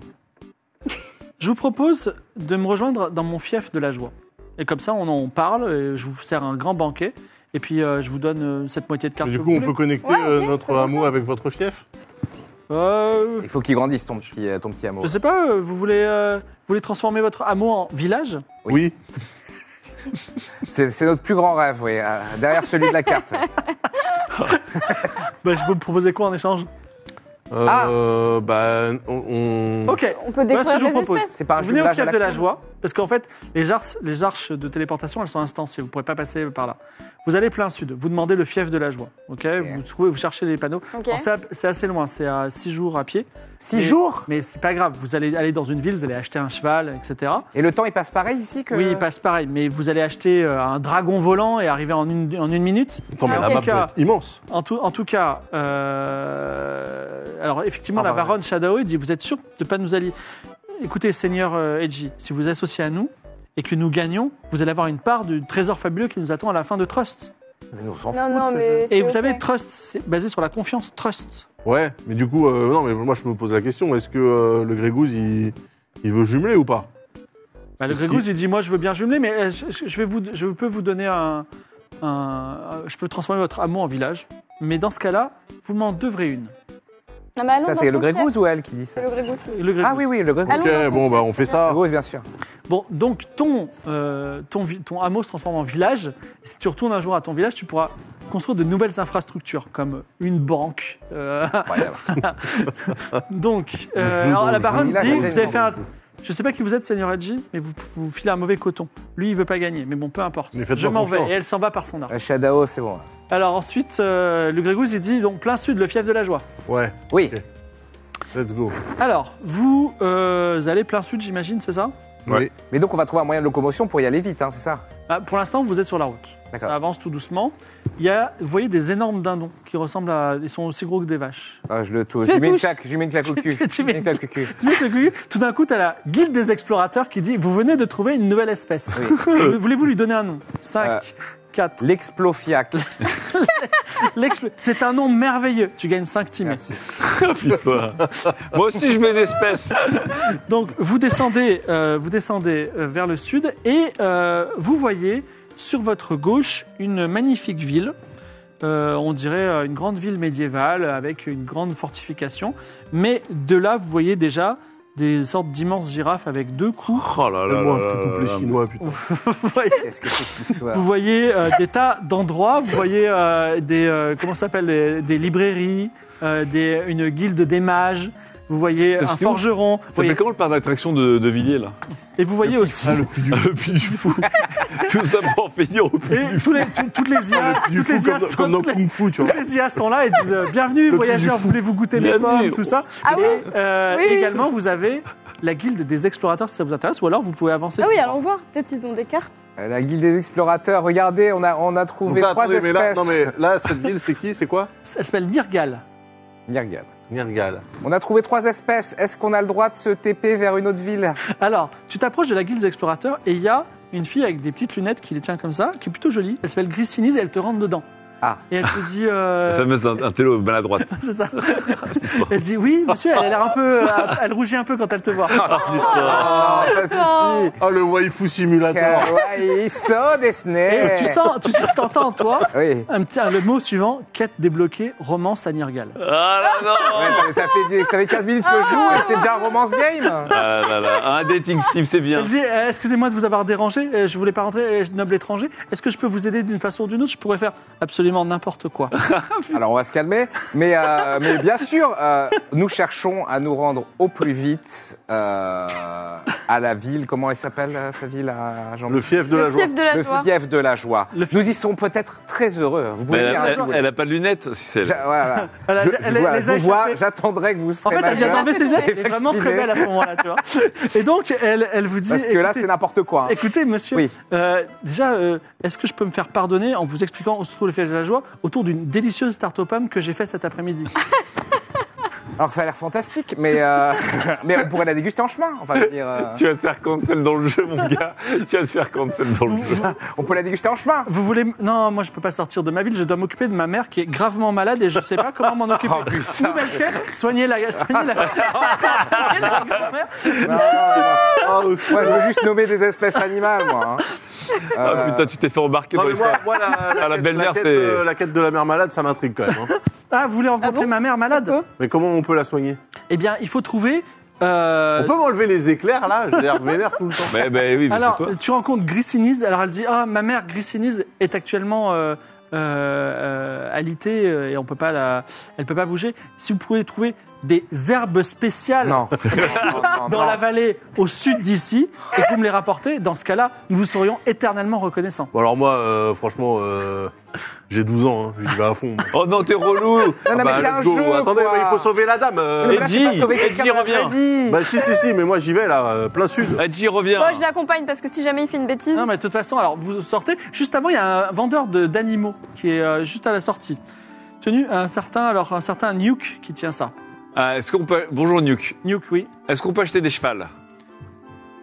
Je vous propose de me rejoindre dans mon fief de la joie. Et comme ça, on en parle, et je vous sers un grand banquet, et puis euh, je vous donne euh, cette moitié de Et cartes du que coup, vous on peut voulez. connecter Ouais, euh, ok, notre faisons hameau ça. avec votre fief? Euh, Il faut qu'il grandisse, ton petit, euh, ton petit hameau. je sais pas, euh, vous voulez, euh, vous voulez transformer votre hameau en village? Oui. C'est c'est notre plus grand rêve, oui, euh, derrière celui de la carte. Bah, je vous me proposer quoi en échange? Euh, bah, on. on- Ok. On peut Voilà ce que découvrir je vous des propose. espèces. C'est pas un Vous venez au jumelage à fief de la crème. joie, parce qu'en fait, les arches, les arches de téléportation, elles sont instanciées. Vous ne pourrez pas passer par là. Vous allez plein sud. Vous demandez le fief de la joie. Ok. Vous trouvez, vous cherchez les panneaux. Ok. Alors, c'est, c'est assez loin. C'est à six jours à pied. Six Mais- jours? Mais c'est pas grave. Vous allez aller dans une ville. Vous allez acheter un cheval, et cetera. Et le temps, il passe pareil ici que... Oui, il passe pareil. Mais vous allez acheter euh, un dragon volant et arriver en une, en une minute. Attends, mais Ah, la ok. map doit être immense. En tout, en tout cas, euh, alors effectivement, Ah, la bah, ouais. baronne Shadaoe dit, vous êtes sûr de ne pas nous allier? Écoutez, Seigneur euh, Eiji, si vous associez à nous et que nous gagnons, vous allez avoir une part du trésor fabuleux qui nous attend à la fin de Trust. Mais nous, on s'en Non, fout non, de ce mais. jeu. Et c'est vous ok. savez, Trust, c'est basé sur la confiance. Trust. Ouais, mais du coup, euh, non, mais moi je me pose la question, est-ce que euh, le Grégouze, il, il veut jumeler ou pas? Bah, le Si. Grégouze, il dit, moi, je veux bien jumeler, mais euh, je, je vais vous, je peux vous donner un, un- Je peux transformer votre hameau en village. Mais dans ce cas-là, vous m'en devrez une. Non, mais allons Ça, dans c'est son le frère. Grégouze ou elle qui dit ça? C'est le Grégouze. Et le Grégouze. Ah oui, oui, le Grégouze. Allons Ok, dans son bon, bah frère. on fait Le ça. Grégouze, bien sûr. Bon, donc ton, euh, ton, vi- ton hameau se transforme en village. Et si tu retournes un jour à ton village, tu pourras construire de nouvelles infrastructures, comme une banque. euh, Incroyable. donc, euh, alors, la baronne Village dit, en vous avez général. fait un... Je sais pas qui vous êtes, Seigneur Edgy, mais vous, vous filez un mauvais coton. Lui, il veut pas gagner, mais bon, peu importe. Mais faites-moi Je m'en vais, confiance. et elle s'en va par son arc. Euh, Shadao, c'est bon. Alors ensuite, euh, le Grégouze, il dit, donc, plein sud, le fief de la joie. Ouais, Oui. Ok. let's go. Alors, vous euh, allez plein sud, j'imagine, c'est ça? Ouais. Mais donc, on va trouver un moyen de locomotion pour y aller vite, hein, c'est ça? Ah, pour l'instant, vous êtes sur la route. D'accord. Ça avance tout doucement. Il y a, vous voyez, des énormes dindons qui ressemblent à... Ils sont aussi gros que des vaches. Ah, je le touche. Je Je lui mets une touche. claque, je lui mets une claque au cul. Tu- tu Je lui mets une mets- claque au cul. Tu vois que le cul, tout d'un coup, tu as la guilde des explorateurs qui dit, vous venez de trouver une nouvelle espèce. Oui. Euh, Voulez-vous lui donner un nom? Euh. cinq, quatre. L'explofiac. C'est un nom merveilleux. Tu gagnes cinq timés. Merci. Putain. Moi aussi, je mets une espèce. Donc, vous descendez, euh, vous descendez euh, vers le sud et euh, vous voyez sur votre gauche une magnifique ville. Euh, on dirait euh, une grande ville médiévale avec une grande fortification. Mais de là, vous voyez déjà des sortes d'immenses girafes avec deux coups. Oh là là. Moi, là fais tout là les là. chinois, putain. Vous voyez, Qu'est-ce que c'est que cette histoire? vous voyez, euh, des tas d'endroits. Vous voyez euh, des euh, comment ça s'appelle des, des librairies, euh, des, une guilde des mages. Vous voyez C'est un fou. forgeron. Vous Ça voyez- s'appelle comment le parc d'attraction de, de Villiers, là? et vous voyez aussi. Le puits du fou. Tout ça pour en finir au puits Et du tous les, tout- toutes les I A, Du toutes fou les I A comme, sont, comme dans toutes les- Kung Fu, tu vois. toutes les I A sont là et disent euh, bienvenue Le voyageurs, plus du fou. voulez-vous goûter mes Bienvenue. pommes, tout ça. Ah oui. Et euh, Oui, oui. également vous avez la guilde des explorateurs si ça vous intéresse, ou alors vous pouvez avancer. Ah oui, allons voir. Peut-être ils ont des cartes. Euh, La guilde des explorateurs, regardez, on a, on a trouvé Donc là, trois attendez, mais là, espèces. non, mais là, cette ville, c'est qui? C'est quoi? Elle s'appelle Nirgal. Regarde. Nirgal. On a trouvé trois espèces. Est-ce qu'on a le droit de se T P vers une autre ville? Alors, tu t'approches de la guilde des explorateurs et il y a une fille avec des petites lunettes qui les tient comme ça, qui est plutôt jolie. Elle s'appelle Grisinise et elle te rentre dedans. Ah. Et elle te dit... euh, La fameuse un, un télo maladroite. c'est ça. Elle dit oui, monsieur, elle a l'air un peu... euh, Elle rougit un peu quand elle te voit. Ah, ça suffit. Ah, le waifu simulator. Kawaii so desu Et tu sens, tu sens, t'entends en toi Oui. un petit, le mot suivant, quête débloquée, romance à Nirgal. Ah là Ouais, non. non, mais ça, fait, ça fait quinze minutes que je joue et c'est déjà un romance game. Ah là là. Un dating Steve, c'est bien. Elle dit, euh, excusez-moi de vous avoir dérangé, euh, je voulais pas rentrer, euh, noble étranger. Est-ce que je peux vous aider d'une façon ou d'une autre? Je pourrais faire absolument n'importe quoi. Alors on va se calmer, mais, euh, mais bien sûr, euh, nous cherchons à nous rendre au plus vite euh, à la ville. Comment elle s'appelle euh, sa ville à Jean Le fief de Le la joie. fief de la Le joie. fief de la joie. Le fief- Nous y sommes peut-être très heureux. Vous Mais pouvez elle, dire un elle, jour. elle a pas de lunettes, si c'est elle. J'a- voilà. Elle a- Je, elle- je vois- elle les a je vous vois, échappées. j'attendrai que vous En serez fait, elle vient majeur. d'enlever ses lunettes, elle est Et vraiment très vacciné. belle à ce moment-là, tu vois. Et donc, elle, elle vous dit... Parce que là, écoutez- c'est n'importe quoi. hein. Écoutez, monsieur, Oui. euh, déjà, euh, est-ce que je peux me faire pardonner en vous expliquant où se trouve le fief de la joie autour d'une délicieuse tarte aux pommes que j'ai fait cet après-midi? Alors ça a l'air fantastique, mais, euh, mais on pourrait la déguster en chemin. Enfin, je veux dire, euh, Tu vas te faire cancel dans le jeu, mon gars. Tu vas te faire cancel dans le jeu. on peut la déguster en chemin. Vous voulez... Non, moi, je peux pas sortir de ma ville. Je dois m'occuper de ma mère qui est gravement malade et je sais pas comment m'en occuper. Oh, putain. Nouvelle quête, soigner la... Soigner la... soigner la grand-mère. Non, non, non. Ah, Moi, je veux juste nommer des espèces animales, moi. hein. Ah Euh, putain, tu t'es fait embarquer Non, dans mais moi, l'histoire. moi, la, la Ah, la quête- belle-mère, la quête, c'est- euh, la quête de la mère malade, ça m'intrigue quand même. hein. Ah, vous voulez rencontrer Ah bon ma mère malade? Pourquoi Mais comment on peut la soigner? Eh bien, il faut trouver... euh, On peut m'enlever les éclairs là? J'ai l'air vénère tout le temps. Mais ben oui, mais Alors, c'est toi. tu rencontres Grisinise. Alors, elle dit, ah, ma mère Grisinise est actuellement euh, euh, euh, alitée euh, et on peut pas la, elle peut pas bouger. Si vous pouvez trouver des herbes spéciales Non. Non, non, dans non. la vallée au sud d'ici et que vous me les rapportez, dans ce cas-là, nous vous serions éternellement reconnaissants. Bon, alors moi, euh, franchement, euh, j'ai douze ans, hein, j'y vais à fond. Oh non, t'es relou. Non, non, Ah mais bah, c'est let's un go. jeu. Attendez, quoi. mais il faut sauver la dame. euh. Non, mais là, je peux pas Edgy, sauver quelqu'un Edgy de la revient. vraie vie. Bah si, si, si, mais moi j'y vais là, euh, plein sud. Adji, reviens. Moi, je l'accompagne parce que si jamais il fait une bêtise. Non, mais de toute façon, alors vous sortez. Juste avant, il y a un vendeur de- d'animaux qui est euh, juste à la sortie. Tenu un certain, alors un certain Nuke qui tient ça. Ah, est-ce qu'on peut... Bonjour, Nuke. Nuke, oui. Est-ce qu'on peut acheter des chevals?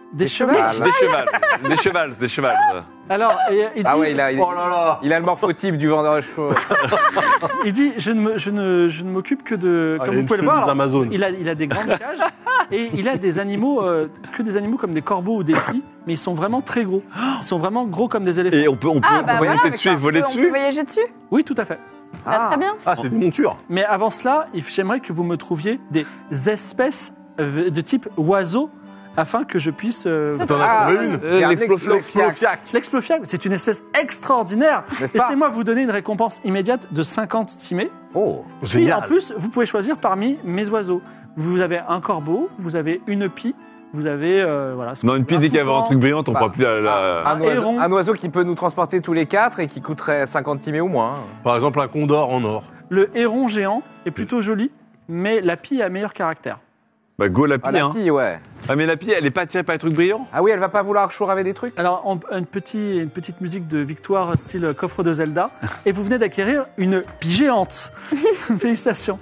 Des chevals. Des chevals. Des chevals, des chevals. Alors, et- il dit, Ah ouais, il a, il, Oh là là. il a le morphotype du vendeur de chevaux. il dit je ne, me- je ne, je ne m'occupe que de... Ah, comme il a vous pouvez une le voir, chemise alors, Amazon. il a, il a des grandes cages et il a des animaux, euh, que des animaux comme des corbeaux ou des pies, mais ils sont vraiment très gros. Ils sont vraiment gros comme des éléphants. Et on peut, on peut, Ah, on bah peut voilà, monter mais dessus ça, et voler on peut- On dessus. peut voyager dessus. Oui, tout à fait. Bah, très bien. Ah, c'est des montures. Mais avant cela, il- j'aimerais que vous me trouviez des espèces euh, de type oiseau afin que je puisse... euh, Ça, T'en Ah, as trouvé une Euh, j'ai un l'exploflo- explofiac. L'explofiac. L'explofiac, c'est une espèce extraordinaire. N'est-ce pas? Laissez-moi vous donner une récompense immédiate de cinquante timés. Oh, Puis Génial. en plus, vous pouvez choisir parmi mes oiseaux. Vous avez un corbeau, vous avez une pie, vous avez... euh, voilà, Non, une pie, dès qu'il y avait un truc brillant, on Bah, pourra plus la. la- un, oiseau, héron. un oiseau qui peut nous transporter tous les quatre et qui coûterait cinquante timés ou moins. Par exemple, un condor en or. Le héron géant est plutôt joli, mais la pie a meilleur caractère. Bah, go la Ah, pie, la hein. pie, ouais. Ah, mais la pie, elle est pas attirée par les trucs brillants? Ah oui, elle va pas vouloir chouraver des trucs. Alors, en- une, petit- une petite musique de victoire style coffre de Zelda, et vous venez d'acquérir une pie géante. Félicitations.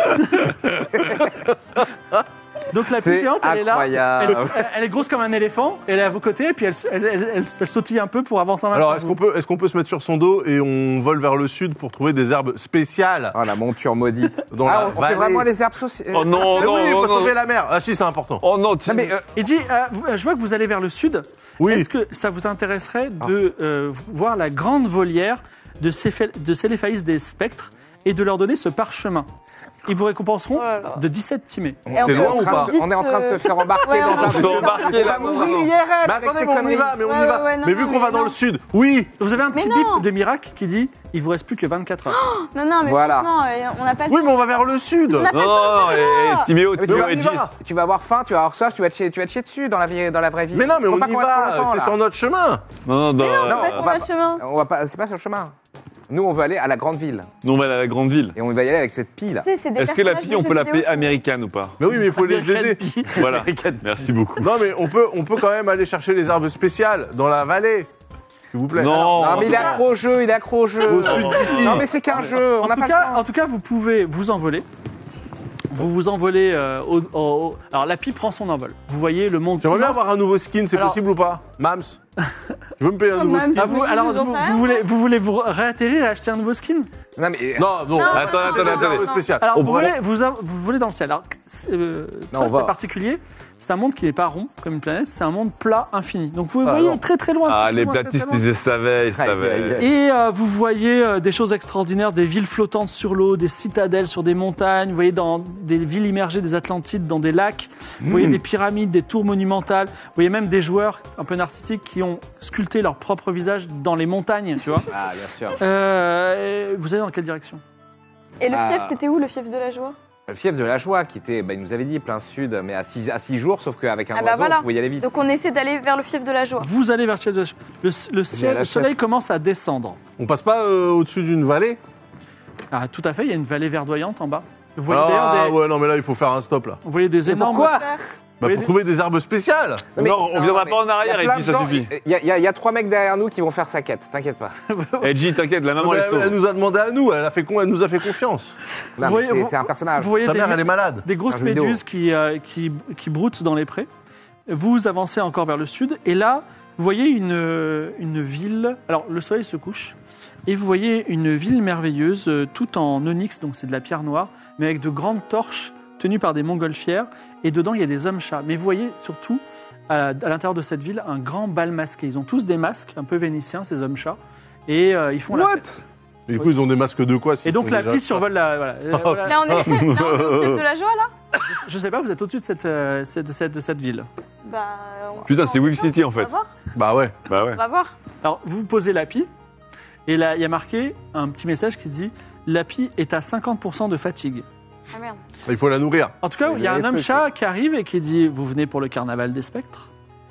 Donc la pie C'est géante, elle est là, elle, incroyable. elle- elle est grosse comme un éléphant, elle est à vos côtés, et puis elle, elle- elle- elle- elle sautille un peu pour avancer en même Alors, temps est-ce que qu'on vous. peut, est-ce qu'on peut se mettre sur son dos et on vole vers le sud pour trouver des herbes spéciales Oh, la monture maudite. dans ah, la on, on fait vallée. vraiment les herbes sociales. Oh non, Mais non, oui, il non, faut non. sauver la mer. Ah si, c'est important. Oh non, tu... Non, mais, euh, Il dit, euh, vous- je vois que vous allez vers le sud. Oui. Est-ce que ça vous intéresserait de euh, voir la grande volière de, Céphe- de Céléphaïs des spectres et de leur donner ce parchemin? Ils vous récompenseront Oh là là. de dix-sept timés. Et C'est on peut- loin on, ou pas est en train de se- on est en train de se faire embarquer Ouais, dans on un... va On se fait embarquer là. On va mourir I R L Mais avec attendez, ces mais on y conneries. va, mais on Ouais, y va. ouais, ouais, non, mais vu non, qu'on va mais dans non. le sud, oui. Vous avez un petit Mais bip non. de miracle qui dit il vous reste plus que vingt-quatre heures. Non, non, mais Voilà. franchement, euh, on n'a pas le Oui, mais on va vers le sud. On a- Non, non, non, et- et Timéo, Mais tu, Timéo vas, et tu Gis. vas- tu vas avoir faim, tu vas avoir soif, tu vas te chier, tu vas te chier dessus dans la, vie, dans la vraie vie. Mais non, mais Faut on pas y qu'on reste trop va. longtemps, C'est là. sur notre chemin. Non, non, non. on Non, passe on sur va le pas- chemin. On va pas, c'est pas sur le chemin. Nous, on veut aller à la grande ville. Nous, on va aller à la grande ville. Et on va y aller avec cette pile. Tu sais, c'est des Est-ce que la personnages pie, de on jeux peut l'appeler vidéo. américaine ou pas? Mais oui, mais il faut les Américaine aider. pie. Voilà. Merci beaucoup. Non, mais on peut, on peut quand même aller chercher les herbes spéciales dans la vallée. S'il vous plaît. Non, Non, mais il est tout cas- accro au jeu, il est accro au jeu. Au sud d'ici. Non, mais c'est qu'un jeu, on En n'a tout, pas cas, le temps. en tout cas, vous pouvez vous envoler. Vous vous envolez euh, au, au- au- Alors la pie prend son envol. Vous voyez le monde. J'aimerais bien immense. avoir un nouveau skin, c'est Alors- possible ou pas Mams Tu veux me payer un Oh, nouveau Mams. skin Ah, vous, alors Ils ont vous, fait vous un, voulez, vous voulez vous réatterrir et acheter un nouveau skin? Non, mais. Non, non. Non, Attends, non, attends, non, Des attendez. herbes non. spéciales. Alors, On vous va- volez, vous, a- vous volez dans le ciel. Alors, euh, Non, on Trust va- est particulier. C'est un monde qui n'est pas rond comme une planète. C'est un monde plat, infini. Donc, vous Ah, voyez non. très très loin. Ah, très, les loin, très, platistes, très loin. ils savaient, ils Aïe, aïe, savaient. aïe. Et euh, vous voyez euh, des choses extraordinaires, des villes flottantes sur l'eau, des citadelles sur des montagnes. Vous voyez dans des villes immergées des Atlantides, dans des lacs. Vous voyez des pyramides, des tours monumentales. Vous voyez même des joueurs un peu narcissiques qui ont sculpté leur propre visage dans les montagnes, tu vois. Ah, bien sûr. Euh, vous allez dans quelle direction? Et le Ah. fief, c'était où le fief de la joie? Le fief de la joie, qui était, bah, il nous avait dit plein sud, mais à six, à six jours, sauf qu'avec un Ah bah oiseau, voilà. vous pouvez y aller vite. Donc on essaie d'aller vers le fief de la joie. Vous allez vers le ciel. de- Le, le ciel- la le soleil chef. commence à descendre. On passe pas euh, au-dessus d'une vallée Ah, tout à fait, il y a une vallée verdoyante en bas. Vous voyez d'ailleurs Ah des, ouais, non, mais là, il faut faire un stop, là. vous voyez des Mais énormes. pourquoi Bah, Oui, pour des- trouver des herbes spéciales. Mais- Non, on viendra mais pas en arrière il y a et plein puis de ça gens- suffit. Il y, a- il y a- il y a trois mecs derrière nous qui vont faire sa quête, t'inquiète pas. Eh, G, t'inquiète, la maman, Mais elle elle, est elle sauve. nous a demandé à nous, elle, a fait con- elle nous a fait confiance. Non, mais voyez- c'est- vous- c'est un personnage. Vous voyez Sa des, mère, elle est malade. des grosses Un jeu vidéo. méduses qui, euh, qui, qui broutent dans les prés. Vous avancez encore vers le sud et là, vous voyez une, euh, une ville. Alors, le soleil se couche et vous voyez une ville merveilleuse, euh, tout en onyx, donc c'est de la pierre noire, mais avec de grandes torches tenues par des montgolfières. Et dedans, il y a des hommes-chats. Mais vous voyez surtout, à, à l'intérieur de cette ville, un grand bal masqué. Ils ont tous des masques un peu vénitiens, ces hommes-chats. Et euh, ils font la fête. Et du coup, ils ont des masques de quoi Et s'ils donc sont la déjà- piste survole la. Voilà. Euh, voilà. Là on est, là, on est au fief de la joie là? Je sais pas, vous êtes au-dessus de cette, euh, cette- de, cette, de cette ville. Bah. on- Putain, c'est on- Whip City, en On va fait. voir. Bah ouais. Bah ouais. On va voir. Alors, vous vous posez l'A P I, et là, il y a marqué un petit message qui dit l'A P I est à cinquante pour cent de fatigue. Ah merde. Il faut la nourrir. En tout cas, Il il y a y a un des trucs, homme-chat qui arrive et qui dit vous venez pour le carnaval des spectres?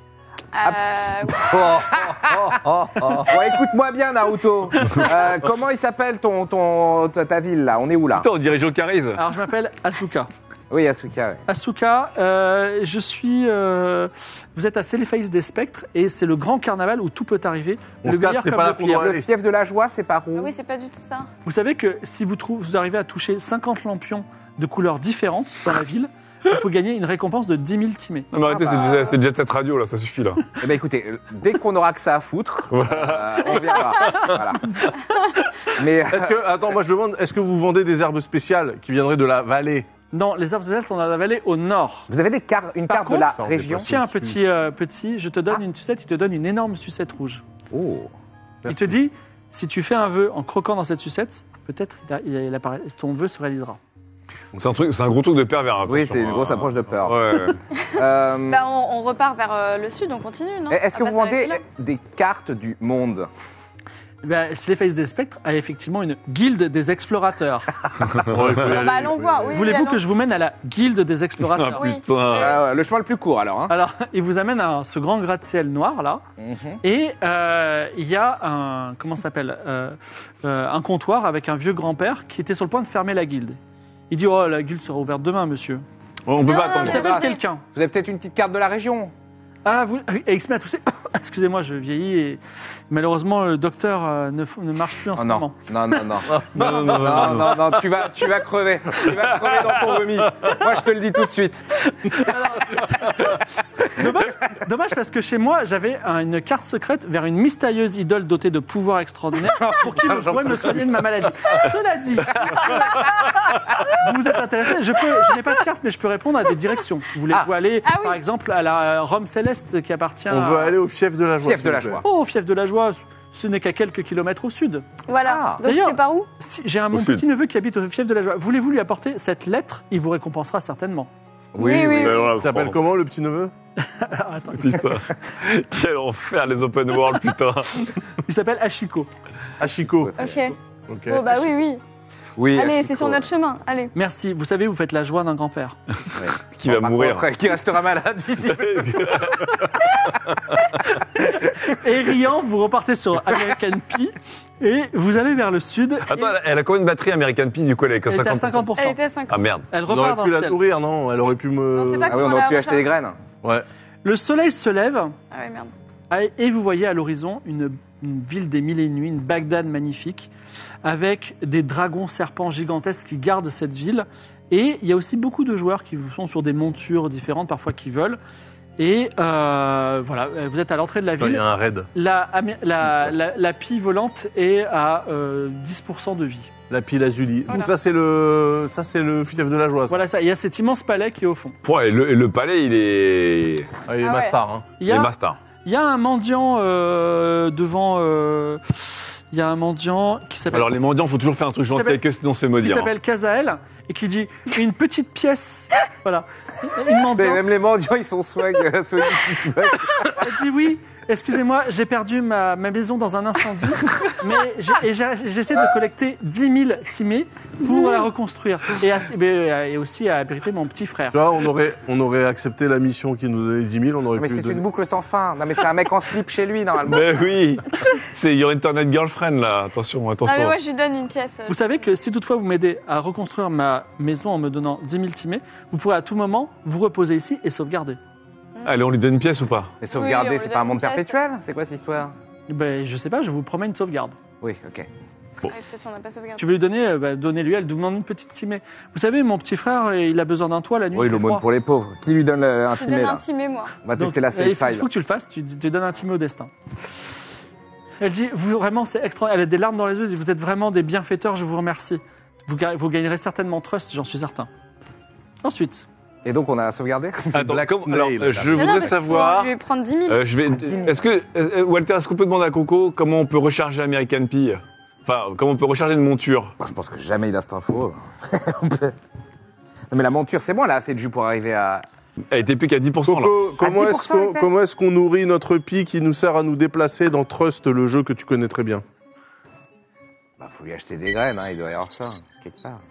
Euh, Oh, oh, oh, oh. Bon, écoute-moi bien, Naruto. Euh, comment il s'appelle ton, ton, ta, ta ville, là? On est où, là? Putain, on dirait Joe Caris. Alors, je m'appelle Asuka. Oui, Asuka, ouais. Asuka, euh, je suis. euh, vous êtes à Céléphaïs des spectres, et c'est le grand carnaval où tout peut arriver. On le se casse, meilleur c'est comme pas le là qu'on pire. doit Le aller. fief de la joie, c'est par où? Ah oui, c'est pas du tout ça. Vous savez que si vous, trouvez, vous arrivez à toucher cinquante lampions de couleurs différentes dans la ville, vous pouvez gagner une récompense de dix mille timés. Non, mais arrêtez, Ah c'est bah. déjà- c'est déjà cette radio, là, ça suffit, là. Eh ben écoutez, euh, dès qu'on aura que ça à foutre, euh, on viendra. Voilà. Mais euh, Est-ce que, attends, moi je demande, est-ce que vous vendez des herbes spéciales qui viendraient de la vallée? Non, les arbres spéciales sont dans la vallée au nord. vous avez des car- une Par carte de la contre, région Tiens, petit, euh, petit, je te donne une sucette, il te donne une énorme sucette rouge. Oh. Il te dit, si tu fais un vœu en croquant dans cette sucette, peut-être il a- il a- il apparaît- ton vœu se réalisera. C'est un, truc, c'est un gros truc de pervers. Attention, Oui, c'est une hein. grosse approche de peur. Ouais. Euh, Bah, on, on repart vers euh, le sud, on continue, non Est-ce que Ah bah, vous ça vendez arrête là. des cartes du monde? Eh ben, Slayface des Spectres a effectivement une guilde des explorateurs. Ouais, il faut y Bon, aller, bah, il allons faut y voir, aller. oui. Voulez-vous allons. que je vous mène à la guilde des Ah, explorateurs Oui. putain. Ah ouais, le chemin le plus court alors. Hein. Alors, il vous amène à ce grand gratte-ciel noir là, Mhm. et euh, il y a un comment ça s'appelle euh, euh, un comptoir avec un vieux grand-père qui était sur le point de fermer la guilde. Il dit oh la guilde sera ouverte demain monsieur. On peut Non, pas non, attendre. Il mais- s'appelle va. quelqu'un. Vous avez peut-être une petite carte de la région? Ah vous et il se met à tousser. Excusez-moi je vieillis et malheureusement le docteur euh, ne, f- ne marche plus en Oh ce non, moment. non, non, non. Non, non, non, Non, non, non, tu vas, tu vas crever. Tu vas crever dans ton vomi. Moi, je te le dis tout de suite. Dommage, dommage parce que chez moi j'avais un- une carte secrète vers une mystérieuse idole dotée de pouvoirs extraordinaires pour qui me pourrait me soigner de ma maladie. Cela dit, est-ce que vous vous êtes intéressé, je, peux, je n'ai pas de carte mais je peux répondre à des directions. Voulez-vous Ah. aller Ah oui. par exemple à la Rome céleste qui appartient On veut à... aller au fief de la joie. Fief de la s'il vous joie. plaît. Oh, fief de la joie, ce n'est qu'à quelques kilomètres au sud. Voilà. Ah. Donc, D'ailleurs- c'est par où Si, j'ai un mon sud. petit neveu qui habite au fief de la joie. Voulez-vous lui apporter cette lettre? Il vous récompensera certainement. Oui, oui. Ben voilà, Il s'appelle franchement. comment le petit neveu? Attends, Putain. Quel enfer, les open world, putain. il s'appelle Ashiko. Achiko. Ok. Ok. Oh, bah oui, oui. Oui. Allez, Achiko. c'est sur notre chemin. Allez. Merci, vous savez, vous faites la joie d'un grand-père. Qui va Par mourir. contre, qui restera malade, visiblement. Et riant, vous repartez sur American Pie et vous allez vers le sud. Attends, et elle a- elle a combien de batterie American Pie du coup? Elle est qu'à elle est à cinquante cinquante pour cent. Elle était à cinquante. Ah merde. Elle On repart aurait dans pu le la ciel. nourrir, non? Elle aurait pu Non, me. c'est pas Ah oui, on Comment aurait la pu acheter des refaire graines. Ouais. Le soleil se lève Ah ouais, merde. et vous voyez à l'horizon une, une ville des mille et une nuits, une Bagdad magnifique, avec des dragons serpents gigantesques qui gardent cette ville. Et il y a aussi beaucoup de joueurs qui sont sur des montures différentes, parfois qui volent. Et euh, voilà, vous êtes à l'entrée de la Attends, il y ville. a un raid. La, Amé- la, la, la pie volante est à euh, dix pour cent de vie. La pile à Julie. Voilà. Donc ça c'est le, ça c'est le fief de la joie. ça. Voilà ça, il y a cet immense palais qui est au fond. Pouah, et, le, et le palais, il est. Ah, il est Ah ouais. Mastar. Hein. Il Il y est a, master. il y a un mendiant euh, devant... euh, il y a un mendiant qui s'appelle... Alors, les mendiants, faut toujours faire un truc gentil s'appelle- avec eux, sinon on se fait qui maudire. hein. s'appelle Kazael et qui dit une petite pièce, voilà, une Mais mendiante. Même les mendiants, ils sont swag, euh, swag, petits swag. Elle dit oui, excusez-moi, j'ai perdu ma, ma maison dans un incendie, mais j'ai- et j'ai- j'essaie de collecter dix mille timés pour la reconstruire et, à- et aussi à abriter mon petit frère. Tu vois, on aurait, on aurait accepté la mission qui nous donnait dix mille, on aurait Mais pu. c'est donner- une boucle sans fin. Non, mais c'est un mec en slip chez lui, normalement. Mais oui. C'est Your Internet Girlfriend, là. Attention, Ah, attention. mais moi, je lui donne une pièce. Vous savez que si toutefois vous m'aidez à reconstruire ma maison en me donnant dix mille timés, vous pourrez à tout moment vous reposer ici et sauvegarder. Allez, on lui donne une pièce ou pas? Mais Oui, sauvegarder, on lui c'est donne pas un une monde pièce. perpétuel? C'est quoi cette histoire? Ben, je sais pas, je vous promets une sauvegarde. Oui, ok. Ouais, peut-être on n'a pas sauvegardé. Tu veux lui donner, euh, bah, donnez-lui, elle demande une petite timée. Vous savez, mon petit frère, euh, il a besoin d'un toit la nuit. Oui, il fait l'aumône froid. pour les pauvres. Qui lui donne le- un Je lui timé, donne là? un timé, moi. On va Donc, tester la euh, safe il faut, il file. faut que tu le fasses, tu, tu donnes un timé au destin. Elle dit, vous vraiment, c'est extraordinaire. Elle a des larmes dans les yeux, elle dit, vous êtes vraiment des bienfaiteurs, je vous remercie. Vous, ga- vous gagnerez certainement trust, j'en suis certain. Ensuite, Et donc, on a sauvegardé? Attends, Black comme- alors, Snail, euh, je Non, non, voudrais parce savoir. qu'on va lui prendre dix mille. euh, je vais. Est-ce que euh, Walter, est-ce qu'on peut demander à Coco comment on peut recharger American Pie? Enfin, comment on peut recharger une monture? Moi, je pense que jamais il a cette info. On peut- Non, mais la monture, c'est bon, là, assez de jus pour arriver à. Elle était plus qu'à dix pour cent là. Coco, comment À dix est-ce pour cent, qu'on était. comment est-ce qu'on nourrit notre pie qui nous sert à nous déplacer dans Trust, le jeu que tu connais très bien? Bah, faut lui acheter des graines, hein, il doit y avoir ça, quelque part.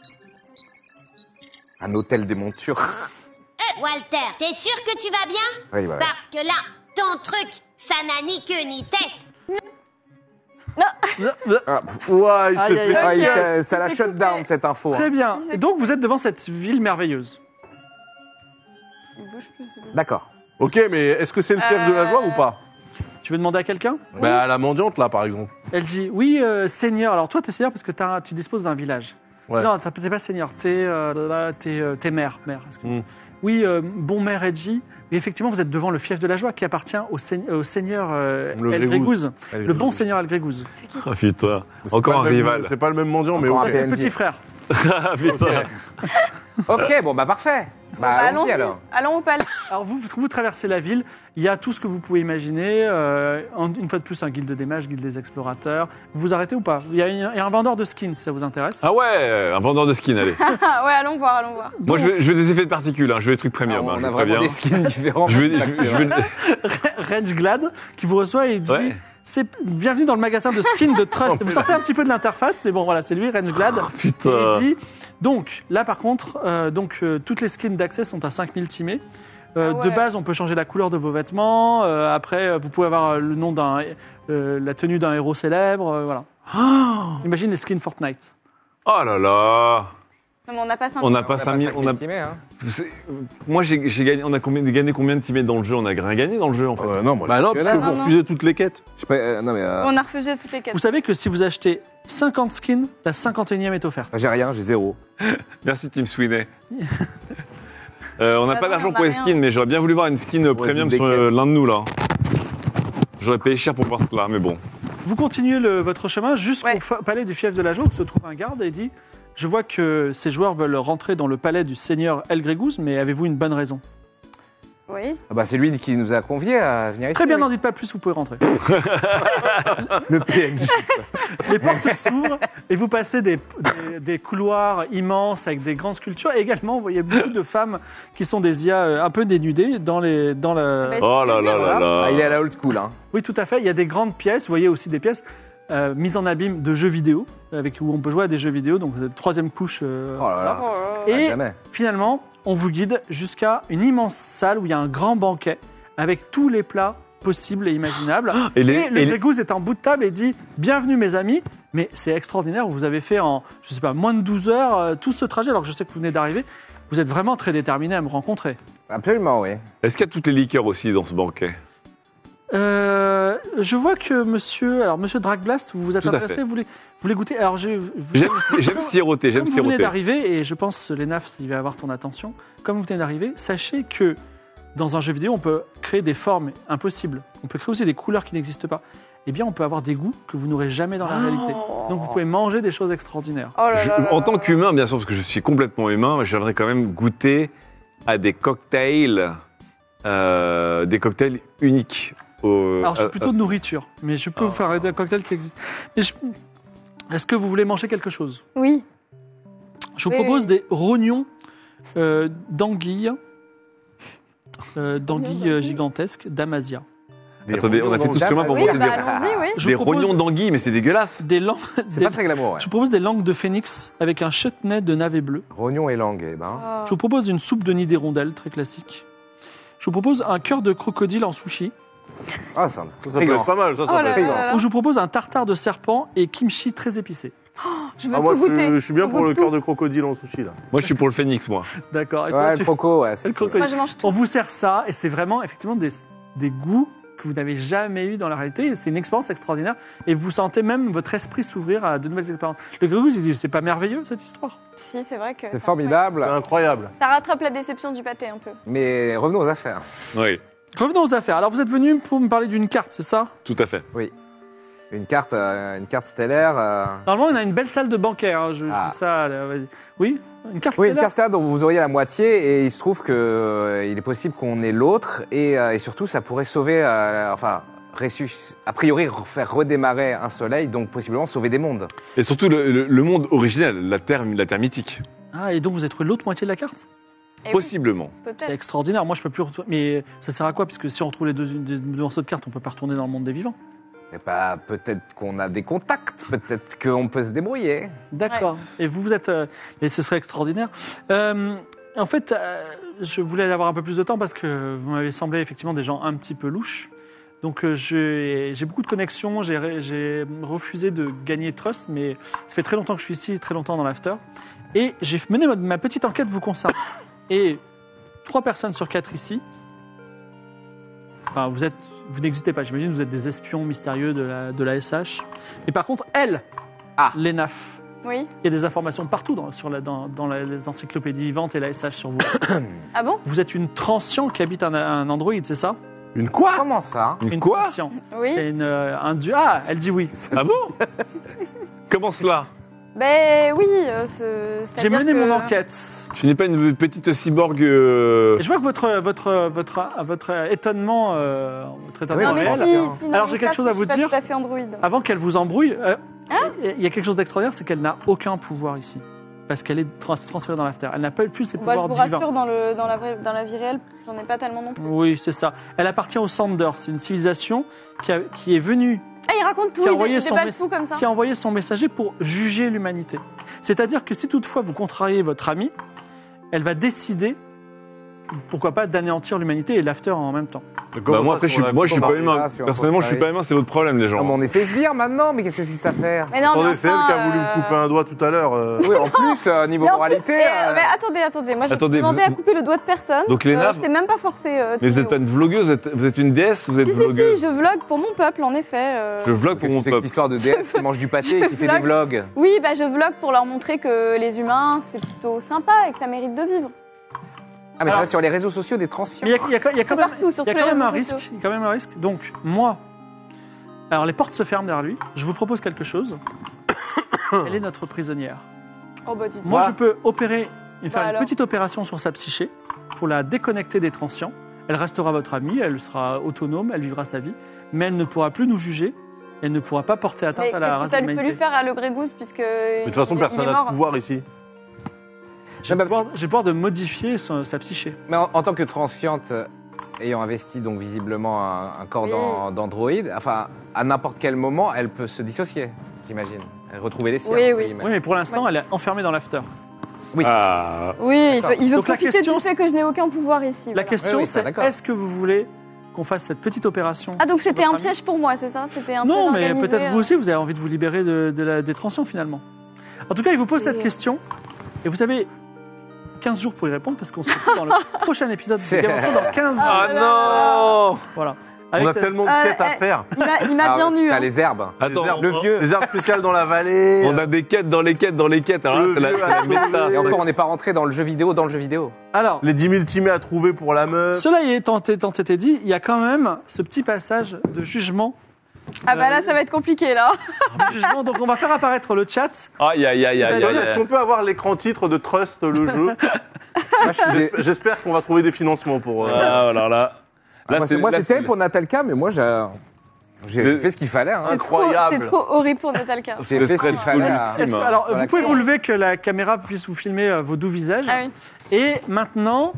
Un hôtel des montures. Walter, t'es sûr que tu vas bien? Oui, voilà. Parce que là, ton truc, ça n'a ni queue ni tête. Ah, pff, Ouais, il Aïe, s'est aïe, fait. ah, il- Ok. ça, ça la C'est shut coupé. down, cette info. hein. très bien. Et donc, vous êtes devant cette ville merveilleuse. Il bouge plus, c'est bon. D'accord. Ok, mais est-ce que c'est le fief de la joie ou pas? Tu veux demander à quelqu'un? Bah, à la mendiante, là, par exemple. Elle dit, oui, euh, seigneur. Alors, toi, t'es seigneur parce que t'as un- tu disposes d'un village. Ouais. Non, t'as- t'es pas seigneur, t'es euh, là, là, t'es, euh, t'es maire. maire excuse-moi. Mm. Oui, euh, bon maire Edgy. Mais effectivement, vous êtes devant le fief de la joie qui appartient au, seigne- au seigneur euh, Le El Grégouze. Grégouze. Le bon seigneur El Grégouze. C'est qui Oh putain, C'est encore pas un le même- rival. C'est pas le même mendiant, mais Encore ok. un C'est le P N J. petit frère. Ah putain. Ok, bon, bah parfait. Bah, Bah, allons-y allons-y, alors. allons au palais. Alors vous, vous traversez la ville, il y a tout ce que vous pouvez imaginer, euh, en- une fois de plus un guilde des mages, guilde des explorateurs. Vous vous arrêtez ou pas? Il y, a un, il y a un vendeur de skins, si ça vous intéresse. Ah ouais, un vendeur de skins, allez. Ah ouais, allons voir, allons voir. Moi, je veux, je veux des effets de particules, hein. Je veux des trucs premium, Ah, hein, on je a vous vraiment préviens. des skins différents. Je veux, je, veux- je veux- Range Glad qui vous reçoit et il dit Ouais. c'est bienvenue dans le magasin de skins de Trust. Vous sortez un petit peu de l'interface, mais bon voilà, c'est lui, Range Glad. Et putain. il dit donc là par contre, euh, donc euh, toutes les skins d'accès sont à cinq mille timés. Euh, Ah ouais. De base, on peut changer la couleur de vos vêtements. Euh, après, euh, vous pouvez avoir euh, le nom d'un, euh, la tenue d'un héros célèbre. euh, voilà. Imagine les skins Fortnite. Oh là là. Non, mais on n'a pas cinq On n'a mille. pas cinq mille. On a, Hein. c'est- moi, j'ai j'ai gagné. On a combien, gagné combien de teammates dans le jeu? On a rien gagné dans le jeu, en fait. Euh, non, moi, bah non, parce que Non, vous non. refusez toutes les quêtes. Je sais pas, euh, non mais. euh, On a refusé toutes les quêtes. Vous savez que si vous achetez cinquante skins, la cinquante et unième est offerte. J'ai rien, j'ai zéro. Merci, Team Sweeney. Euh, on n'a Bah pas non, d'argent on a pour les rien. skins, mais j'aurais bien voulu voir une skin euh, premium des sur euh, quêtes. l'un de nous, là. J'aurais payé cher pour voir cela, mais bon. Vous continuez le- votre chemin jusqu'au Ouais. fa- palais du fief de la joie où se trouve un garde et il dit je vois que ces joueurs veulent rentrer dans le palais du seigneur El Grégouze, mais avez-vous une bonne raison? Oui. Ah bah c'est lui qui nous a conviés à venir ici. Très bien, oui. n'en dites pas plus, vous pouvez rentrer. Le P N J. Les portes s'ouvrent et vous passez des, des- des couloirs immenses avec des grandes sculptures. Et également, vous voyez beaucoup de femmes qui sont des I A euh, un peu dénudées dans, les, dans la... Bah, Oh là là là là. Ah, il est à la old school, hein. Oui, tout à fait. Il y a des grandes pièces. Vous voyez aussi des pièces euh, mises en abîme de jeux vidéo, avec, où on peut jouer à des jeux vidéo. Donc, vous êtes troisième couche. euh, Oh là là. Oh là là. Et Ah, jamais. finalement, on vous guide jusqu'à une immense salle où il y a un grand banquet avec tous les plats possibles et imaginables. Et les, Et le et les- Grégouze est en bout de table et dit « Bienvenue mes amis ». Mais c'est extraordinaire, vous avez fait en, je sais pas, moins de douze heures euh, tout ce trajet, alors que je sais que vous venez d'arriver. Vous êtes vraiment très déterminé à me rencontrer. Absolument, oui. Est-ce qu'il y a toutes les liqueurs aussi dans ce banquet? Euh, je vois que monsieur, alors monsieur Dragblast, vous vous êtes Tout à intéressé, fait. vous voulez, vous voulez goûter. Alors je, vous- J'aime j'aime siroter, j'aime comme vous venez siroter. d'arriver, et je pense, Lénaf, il va avoir ton attention, comme vous venez d'arriver, sachez que dans un jeu vidéo, on peut créer des formes impossibles. On peut créer aussi des couleurs qui n'existent pas. Eh bien, on peut avoir des goûts que vous n'aurez jamais dans la réalité. Donc, vous pouvez manger des choses extraordinaires. Oh là Je- là là en là tant là. qu'humain, bien sûr, parce que je suis complètement humain, j'aimerais quand même goûter à des cocktails, euh, des cocktails uniques. Au, Alors, je à- suis plutôt à- de nourriture, mais je peux Ah. vous faire un cocktail qui existe. Mais je- Est-ce que vous voulez manger quelque chose? Oui. Je vous Oui, propose oui. des rognons euh, d'anguilles, euh, d'anguilles euh, gigantesques d'Amazia. Des Attendez, on a rognons fait tout ce dans chemin le pour Oui, voir jazz. bah allons-y, oui. Je des vous propose rognons d'anguille, mais c'est dégueulasse. des langues. C'est des- pas très glamour, ouais. Je vous propose des langues de phénix avec un chutney de navet bleu. Rognon et langue, eh ben. Oh. Je vous propose une soupe de nid d'hirondelle, très classique. Je vous propose un cœur de crocodile en sushi. Ah, ça, Ça, ça peut être pas mal, ça, ça Oh peut là être là pas mal. là là. Ou je vous propose un tartare de serpent et kimchi très épicé. Je veux Ah, moi, tout je goûter. suis, je suis bien Je pour goûte le tout. cœur de crocodile en sushi, là. Moi, je suis pour le phénix, moi. D'accord. Et toi, Ouais, tu- le croco, ouais. c'est- le crocodile. Moi, je mange tout. On vous sert ça et c'est vraiment effectivement des, des goûts que vous n'avez jamais eu dans la réalité. C'est une expérience extraordinaire et vous sentez même votre esprit s'ouvrir à de nouvelles expériences. Le Grégouze, il dit c'est pas merveilleux cette histoire? Si, c'est vrai que. C'est ça- formidable. C'est incroyable. Ça rattrape la déception du pâté un peu. Mais revenons aux affaires. Oui, Revenons aux affaires. Alors vous êtes venu pour me parler d'une carte, c'est ça? tout à fait. Une carte, euh, une carte stellaire. euh, Normalement, on a une belle salle de banquet. hein. Je Ah. dis ça. là, vas-y. Oui, une carte Oui, une stellaire. carte stellaire dont vous auriez la moitié, et il se trouve que euh, il est possible qu'on ait l'autre, et, euh, et surtout ça pourrait sauver, euh, enfin, ressus- a priori re- faire redémarrer un soleil, donc possiblement sauver des mondes. Et surtout, le, le- le monde originel, la terre, la terre mythique. Ah, et donc vous êtes trouvé l'autre moitié de la carte? Eh oui, Possiblement. C'est peut-être. extraordinaire. Moi, je peux plus retourner. Mais ça sert à quoi? Puisque si on retrouve les deux, deux- deux morceaux de carte, on peut pas retourner dans le monde des vivants. Et bah, peut-être qu'on a des contacts, peut-être qu'on peut se débrouiller. D'accord. Et vous, vous êtes. euh, Mais ce serait extraordinaire. Euh, en fait, euh, je voulais avoir un peu plus de temps parce que vous m'avez semblé effectivement des gens un petit peu louches. Donc, euh, j'ai j'ai beaucoup de connexions. J'ai ré- j'ai refusé de gagner Trust, mais ça fait très longtemps que je suis ici, très longtemps dans l'after. Et j'ai mené ma, ma petite enquête vous concernant. Et trois personnes sur quatre ici. Enfin, vous êtes, vous n'existez pas. J'imagine que vous êtes des espions mystérieux de la, de la S H. Mais par contre, elle, Ah. l'E N A F, Oui. Il y a des informations partout dans, sur la, dans, dans la- les encyclopédies vivantes et la S H sur vous. Ah bon? Vous êtes une transient qui habite un, un androïde, c'est ça? Une quoi? Comment ça? Une quoi? transient. Oui. C'est une, euh, un dieu. Ah, elle dit oui. Ah bon? Comment cela? Ben oui, euh, ce- J'ai c'est-à-dire mené que- mon enquête. Tu n'es pas une petite cyborg. euh, Et je vois que votre, votre, votre, votre étonnement, euh, votre étonnement Non mais réel. si, réel. si, non, Alors, mais j'ai quelque ça, chose à je vous suis pas dire. tout à fait androïde. Avant qu'elle vous embrouille, euh, Hein il y a quelque chose d'extraordinaire, c'est qu'elle n'a aucun pouvoir ici. Parce qu'elle est trans- transférée dans l'after. Elle n'a pas plus ses Bah, je pouvoirs vous divins. rassure, dans, le, dans, la vraie, dans la vie réelle, j'en ai pas tellement non plus. Oui, c'est ça. Elle appartient aux Sanders. C'est une civilisation qui, a- qui est venue, Ah, il raconte tout, qui a, il, envoyé il son déballe mess- tout comme ça. qui a envoyé son messager pour juger l'humanité. C'est-à-dire que si toutefois vous contrariez votre ami, elle va décider, pourquoi pas, d'anéantir l'humanité et l'after en même temps. Bah, moi, après, je suis, moi, je suis pas humain. sur un Personnellement, je suis pas portail. humain, c'est votre problème, les Non, gens. mais on essaie de se dire maintenant, mais qu'est-ce que c'est ça faire? Mais non, mais Attendez, c'est elle qui a enfin, voulu me euh, couper un doigt tout à l'heure. euh. Oui, en plus, euh, niveau mais en plus, moralité. eh, euh, mais attendez, attendez, moi j'ai Attendez, demandé vous- à couper le doigt de personne. Donc, Léna, Euh, je t'ai même pas forcé. euh, Mais vous Théo. êtes pas une vlogueuse, vous êtes, vous êtes une déesse, vous êtes Si, si, vlogueuse. si, je vlog pour mon peuple, en effet. euh. Je vlog qu'est-ce pour que mon c'est que cette peuple. histoire de déesse qui mange du pâté et qui fait des vlog. vlogs. Oui, bah je vlog pour leur montrer que les humains, c'est plutôt sympa et que ça mérite de vivre. Ah, mais ça Alors- va sur les réseaux sociaux des transitions. Mais il y a, il y a quand- il y a quand C'est même, partout, sur il y a tous quand les même un réseaux risque. sociaux. Il y a quand même un risque. Donc, moi, alors les portes se ferment derrière lui. Je vous propose quelque chose. Elle est notre prisonnière. Oh bah dites Moi, Moi je peux opérer, faire Bah une alors. petite opération sur sa psyché pour la déconnecter des transients. Elle restera votre amie, elle sera autonome, elle vivra sa vie, mais elle ne pourra plus nous juger. Elle ne pourra pas porter atteinte Mais à la qu'est-ce race que ça de lui peut lui l'humanité. faire à Le Grégousse puisque. Mais de toute façon, personne n'a de pouvoir ici. J'ai Non, bah, le pouvoir, j'ai le pouvoir de modifier son- sa psyché. Mais en, en tant que transiente, euh, ayant investi donc visiblement un, un corps Oui. d'an- d'androïde, enfin, à n'importe quel moment, elle peut se dissocier, j'imagine. Elle retrouver les siens. Oui, entre oui. guillemets. Oui, mais pour l'instant, elle est enfermée dans l'after. Oui. Ah. Oui, il veut, il veut Donc la profiter question, du c'est- fait que je n'ai aucun pouvoir ici. La voilà. question, Oui, oui, ça, c'est d'accord. est-ce que vous voulez qu'on fasse cette petite opération Ah, donc sur c'était votre un ami piège pour moi, c'est ça? C'était un Non, piège mais organisé, peut-être euh. vous aussi, vous avez envie de vous libérer de, de la, des transients finalement. En tout cas, il vous pose C'est- cette question et vous avez quinze jours pour y répondre parce qu'on se retrouve dans le prochain épisode de C'est- Game of Thrones dans quinze jours. Ah non! Voilà. On Avec a cette- tellement de Ah, quêtes à eh, faire. Il m'a, il m'a Ah, bien ouais, nu. t'as hein. les herbes. Attends, herbes- Le vieux. Les herbes spéciales dans la vallée. on a des quêtes dans les quêtes dans les quêtes. Alors là, Le c'est la, vieux c'est la à méta. Et encore, on n'est pas rentré dans le jeu vidéo, dans le jeu vidéo. Alors, Les dix mille timés à trouver pour la meuf. cela y est tenté, tenté, été dit, il y a quand même ce petit passage de jugement. Ah bah là, ça va être compliqué là. De jugement. Donc, on va faire apparaître le chat. Aïe, aïe, aïe, aïe, aïe, Est-ce aïe. qu'on peut avoir l'écran titre de Trust, le jeu? Moi, je suis des- J'espère qu'on va trouver des financements pour. euh, Ah, alors là. Ah, moi, c'est- moi, là, c'était c'est- pour Natalka, mais moi, j'ai j'ai Le- fait ce qu'il fallait. Hein. C'est trop, Incroyable. c'est trop horrible pour Natalka. J'ai le fait ce qu'il stress fallait. full hein. stream. Est-ce que- alors, Voilà, vous pouvez c'est- vous lever que la caméra puisse vous filmer euh, vos doux visages. Ah oui. Et maintenant,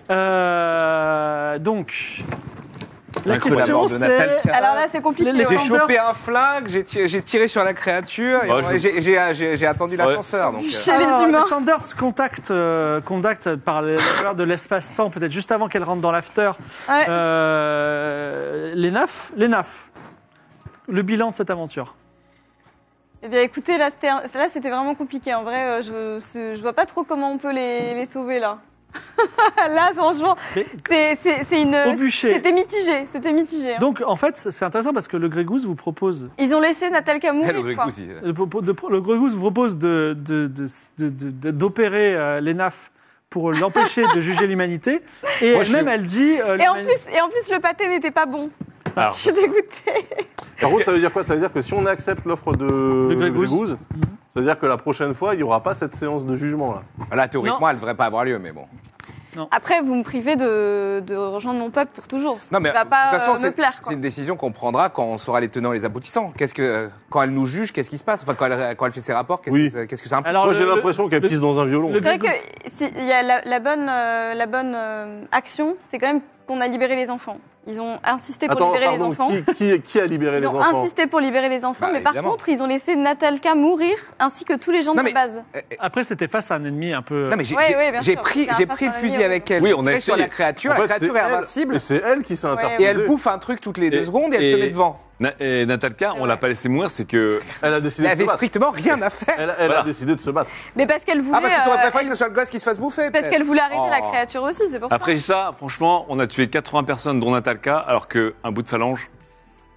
euh, donc, la Incroyable. question De c'est... Natalka. Alors là, c'est compliqué. Les- les ouais. J'ai Sanders- chopé un flingue, j'ai tiré, j'ai tiré sur la créature et Ouais, je- j'ai- j'ai j'ai- j'ai attendu l'ascenseur. donc, euh, Chez les Alors, humains. Sanders contacte, euh, contacte par le- l'heure de l'espace-temps, peut-être juste avant qu'elle rentre dans l'after, Ouais. euh, les nafs. Les nafs. Le bilan de cette aventure. Eh bien, écoutez, là, c'était, un- là, c'était vraiment compliqué. En vrai, euh, je, ce- je vois pas trop comment on peut les, les sauver là. Là, franchement, Mais c'est, c'est, c'est une. au bûcher. C'était mitigé, c'était mitigé. hein. Donc, en fait, c'est intéressant parce que le Grégousse vous propose... Ils ont laissé Natalka mourir. le quoi. Grégousse, il- Le, propo- de- le Grégousse vous propose de, de, de- de- de- d'opérer euh, les nafs pour l'empêcher de juger l'humanité. Et Moi, je elle-même, suis- elle dit... euh, Et en, l'humani- plus, et en plus, le pâté n'était pas bon. Alors, Je suis dégoûtée. Par contre, ça veut dire quoi? Ça veut dire que si on accepte l'offre de De Grégousse. Grégousse, ça veut dire que la prochaine fois, il n'y aura pas cette séance de jugement là. Là, théoriquement, elle devrait pas avoir lieu, mais bon. Après, vous me privez de, de rejoindre mon peuple pour toujours. Non, mais Ça va de pas toute façon, euh, me c'est plaire. c'est Quoi. une décision qu'on prendra quand on saura les tenants et les aboutissants. Qu'est-ce que, quand elle nous juge, qu'est-ce qui se passe? Enfin, quand elle, quand elle fait ses rapports, qu'est-ce Oui. que, qu'est-ce que ça implique? Alors, Moi, le- j'ai le- l'impression qu'elle le- pisse dans un violon. le- C'est vrai que si- il y a la, la bonne, euh, la bonne euh, action, c'est quand même qu'on a libéré les enfants. Ils ont insisté pour Attends, libérer les pardon, enfants. qui, qui, qui a libéré Ils les ont enfants? insisté pour libérer les enfants, Bah, mais par évidemment. contre, ils ont laissé Natalka mourir, ainsi que tous les gens Non, de mais- base. Après, c'était face à un ennemi un peu... Non, mais j'ai Ouais, j'ai- ouais, bien j'ai sûr. pris, C'est un j'ai face pris le à un fusil ennemi, avec elle. Oui, j'ai on a tiré sur essayé. la créature, En la fait, créature c'est est elle- invincible. Et c'est elle qui s'est Ouais. interposée. Et elle bouffe un truc toutes les deux Et- secondes et elle et- se met devant. Na- et Natalka, on Ouais. l'a pas laissé mourir, c'est que. Elle a Elle décidé de se avait battre. strictement rien à faire. Elle, elle Voilà. a décidé de se battre. Mais parce qu'elle voulait, Ah, parce que t'aurais euh, préféré que elle- ce soit le gosse qui se fasse bouffer. parce peut-être. qu'elle voulait arrêter la Oh. créature aussi, c'est pour Après ça. ça, franchement, on a tué quatre-vingts personnes, dont Natalka, alors qu'un bout de phalange.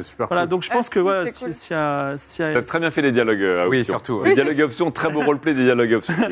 c'est super Voilà, cool. donc je pense Ah, que voilà, c'est si- cool. s'il y a, s'il y a- T'as très bien fait les dialogues. euh, à Oui, option. surtout. Les ouais. dialogues à option, très beau roleplay des dialogues à option.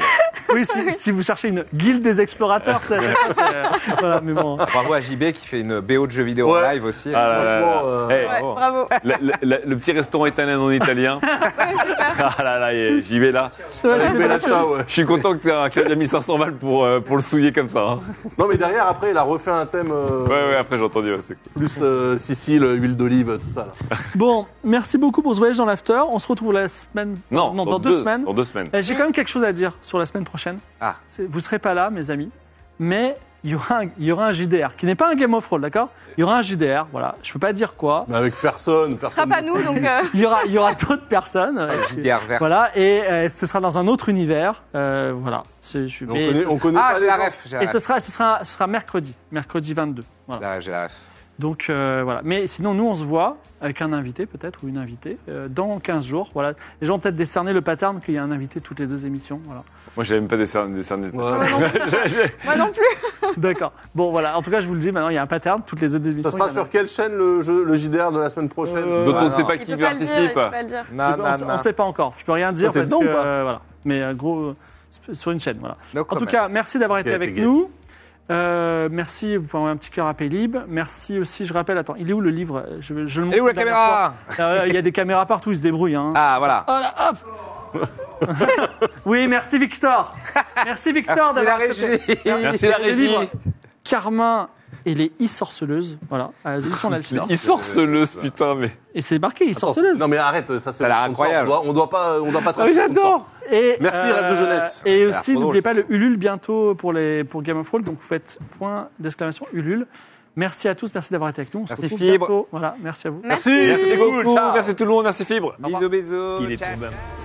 Oui, si, si vous cherchez une guilde des explorateurs, c'est à chaque fois, c'est, euh, voilà, mais bon. Bravo à J B qui fait une B O de jeux vidéo Ouais. en live aussi. Ah là là là. Franchement, euh, Eh, Ouais, bravo. le, le- le- le petit restaurant italien en italien. Ah là là, et j'y vais là. avec Bellata, ouais. Je suis content que tu aies mis cinq cents balles pour, euh, pour le souiller comme ça. hein. Non, mais derrière, après, il a refait un thème euh, Ouais, ouais, après j'ai entendu. ouais, c'est cool. plus euh, Sicile, huile d'olive, tout ça. Là. Bon, merci beaucoup pour ce voyage dans l'after. On se retrouve la semaine. Non, non dans, deux, semaines. Dans deux semaines. Eh, J'ai quand même quelque chose à dire sur la semaine prochaine. Ah. C'est- Vous serez pas là, mes amis, mais il y aura un, il y aura un J D R qui n'est pas un Game of Thrones, d'accord? Il y aura un J D R, voilà. Je peux pas dire quoi. Mais avec personne. Ce sera personne pas nous, donc. euh, Il y aura, il y aura d'autres personnes. Un euh, J D R vert. Voilà, et euh, ce sera dans un autre univers. Euh, voilà. C'est- je- On mais connaît, ce- on connaît Ah, pas j'ai les la gens. ref. j'ai la et ce ref. sera, ce sera, ce sera mercredi, mercredi vingt-deux. Voilà. Là, j'ai la ref. Donc euh, voilà. Mais sinon, nous, on se voit avec un invité peut-être ou une invitée euh, dans quinze jours. Voilà. Les gens ont peut-être décerné le pattern qu'il y a un invité toutes les deux émissions. Voilà. Moi, j'avais même pas décerné. décerné. Ouais. Moi non plus. Moi non plus. D'accord. Bon, voilà. En tout cas, je vous le dis maintenant, il y a un pattern toutes les deux émissions. Ça sera il y en a- sur quelle chaîne le, jeu, le J D R de la semaine prochaine Euh, Dont on Ah, ne sait non. pas Il qui peut pas le dire, il participe. peut pas le dire. Non, on non, ne non. sait pas encore. Je peux rien dire Toi, t'es parce dedans que ou pas euh, voilà. Mais euh, gros euh, sur une chaîne, voilà. No En tout comment. cas, merci d'avoir été Ok, avec t'es nous. Euh, merci, vous pouvez envoyer un petit cœur à Pélib. Merci aussi, je rappelle, attends, il est où le livre? Je, vais- je le Elle est où la montre une dernière caméra fois. Euh, Il y a des caméras partout, ils se débrouillent. Hein. Ah, voilà. Voilà, hop. Oui, merci Victor. Merci Victor Merci la d'avoir accepté. régie. Merci la Le régie. livre Carmin et les e-sorceleuses. Voilà, à l'édition d'Alcide. Il sorceleuse, putain, mais. Et c'est marqué Attends, e-sorceleuse. Non, mais arrête, ça, c'est Ça a l'air le sponsor. incroyable. On doit, on doit pas, on doit pas Ah, traiter le j'adore. Et, Merci, Rêve de jeunesse. Et Ça a l'air aussi, trop n'oubliez drôle, pas le Ulule bientôt pour, les, pour Game of Thrones. Donc, vous faites point d'exclamation Ulule. Merci à tous, merci d'avoir été avec nous. On se Merci, retrouve Fibre. bientôt. Voilà, merci à vous. Merci. Merci Cool, beaucoup. ciao. Merci tout le monde. Merci Fibre. Bisous, bisous. Il est Ciao. tout bas.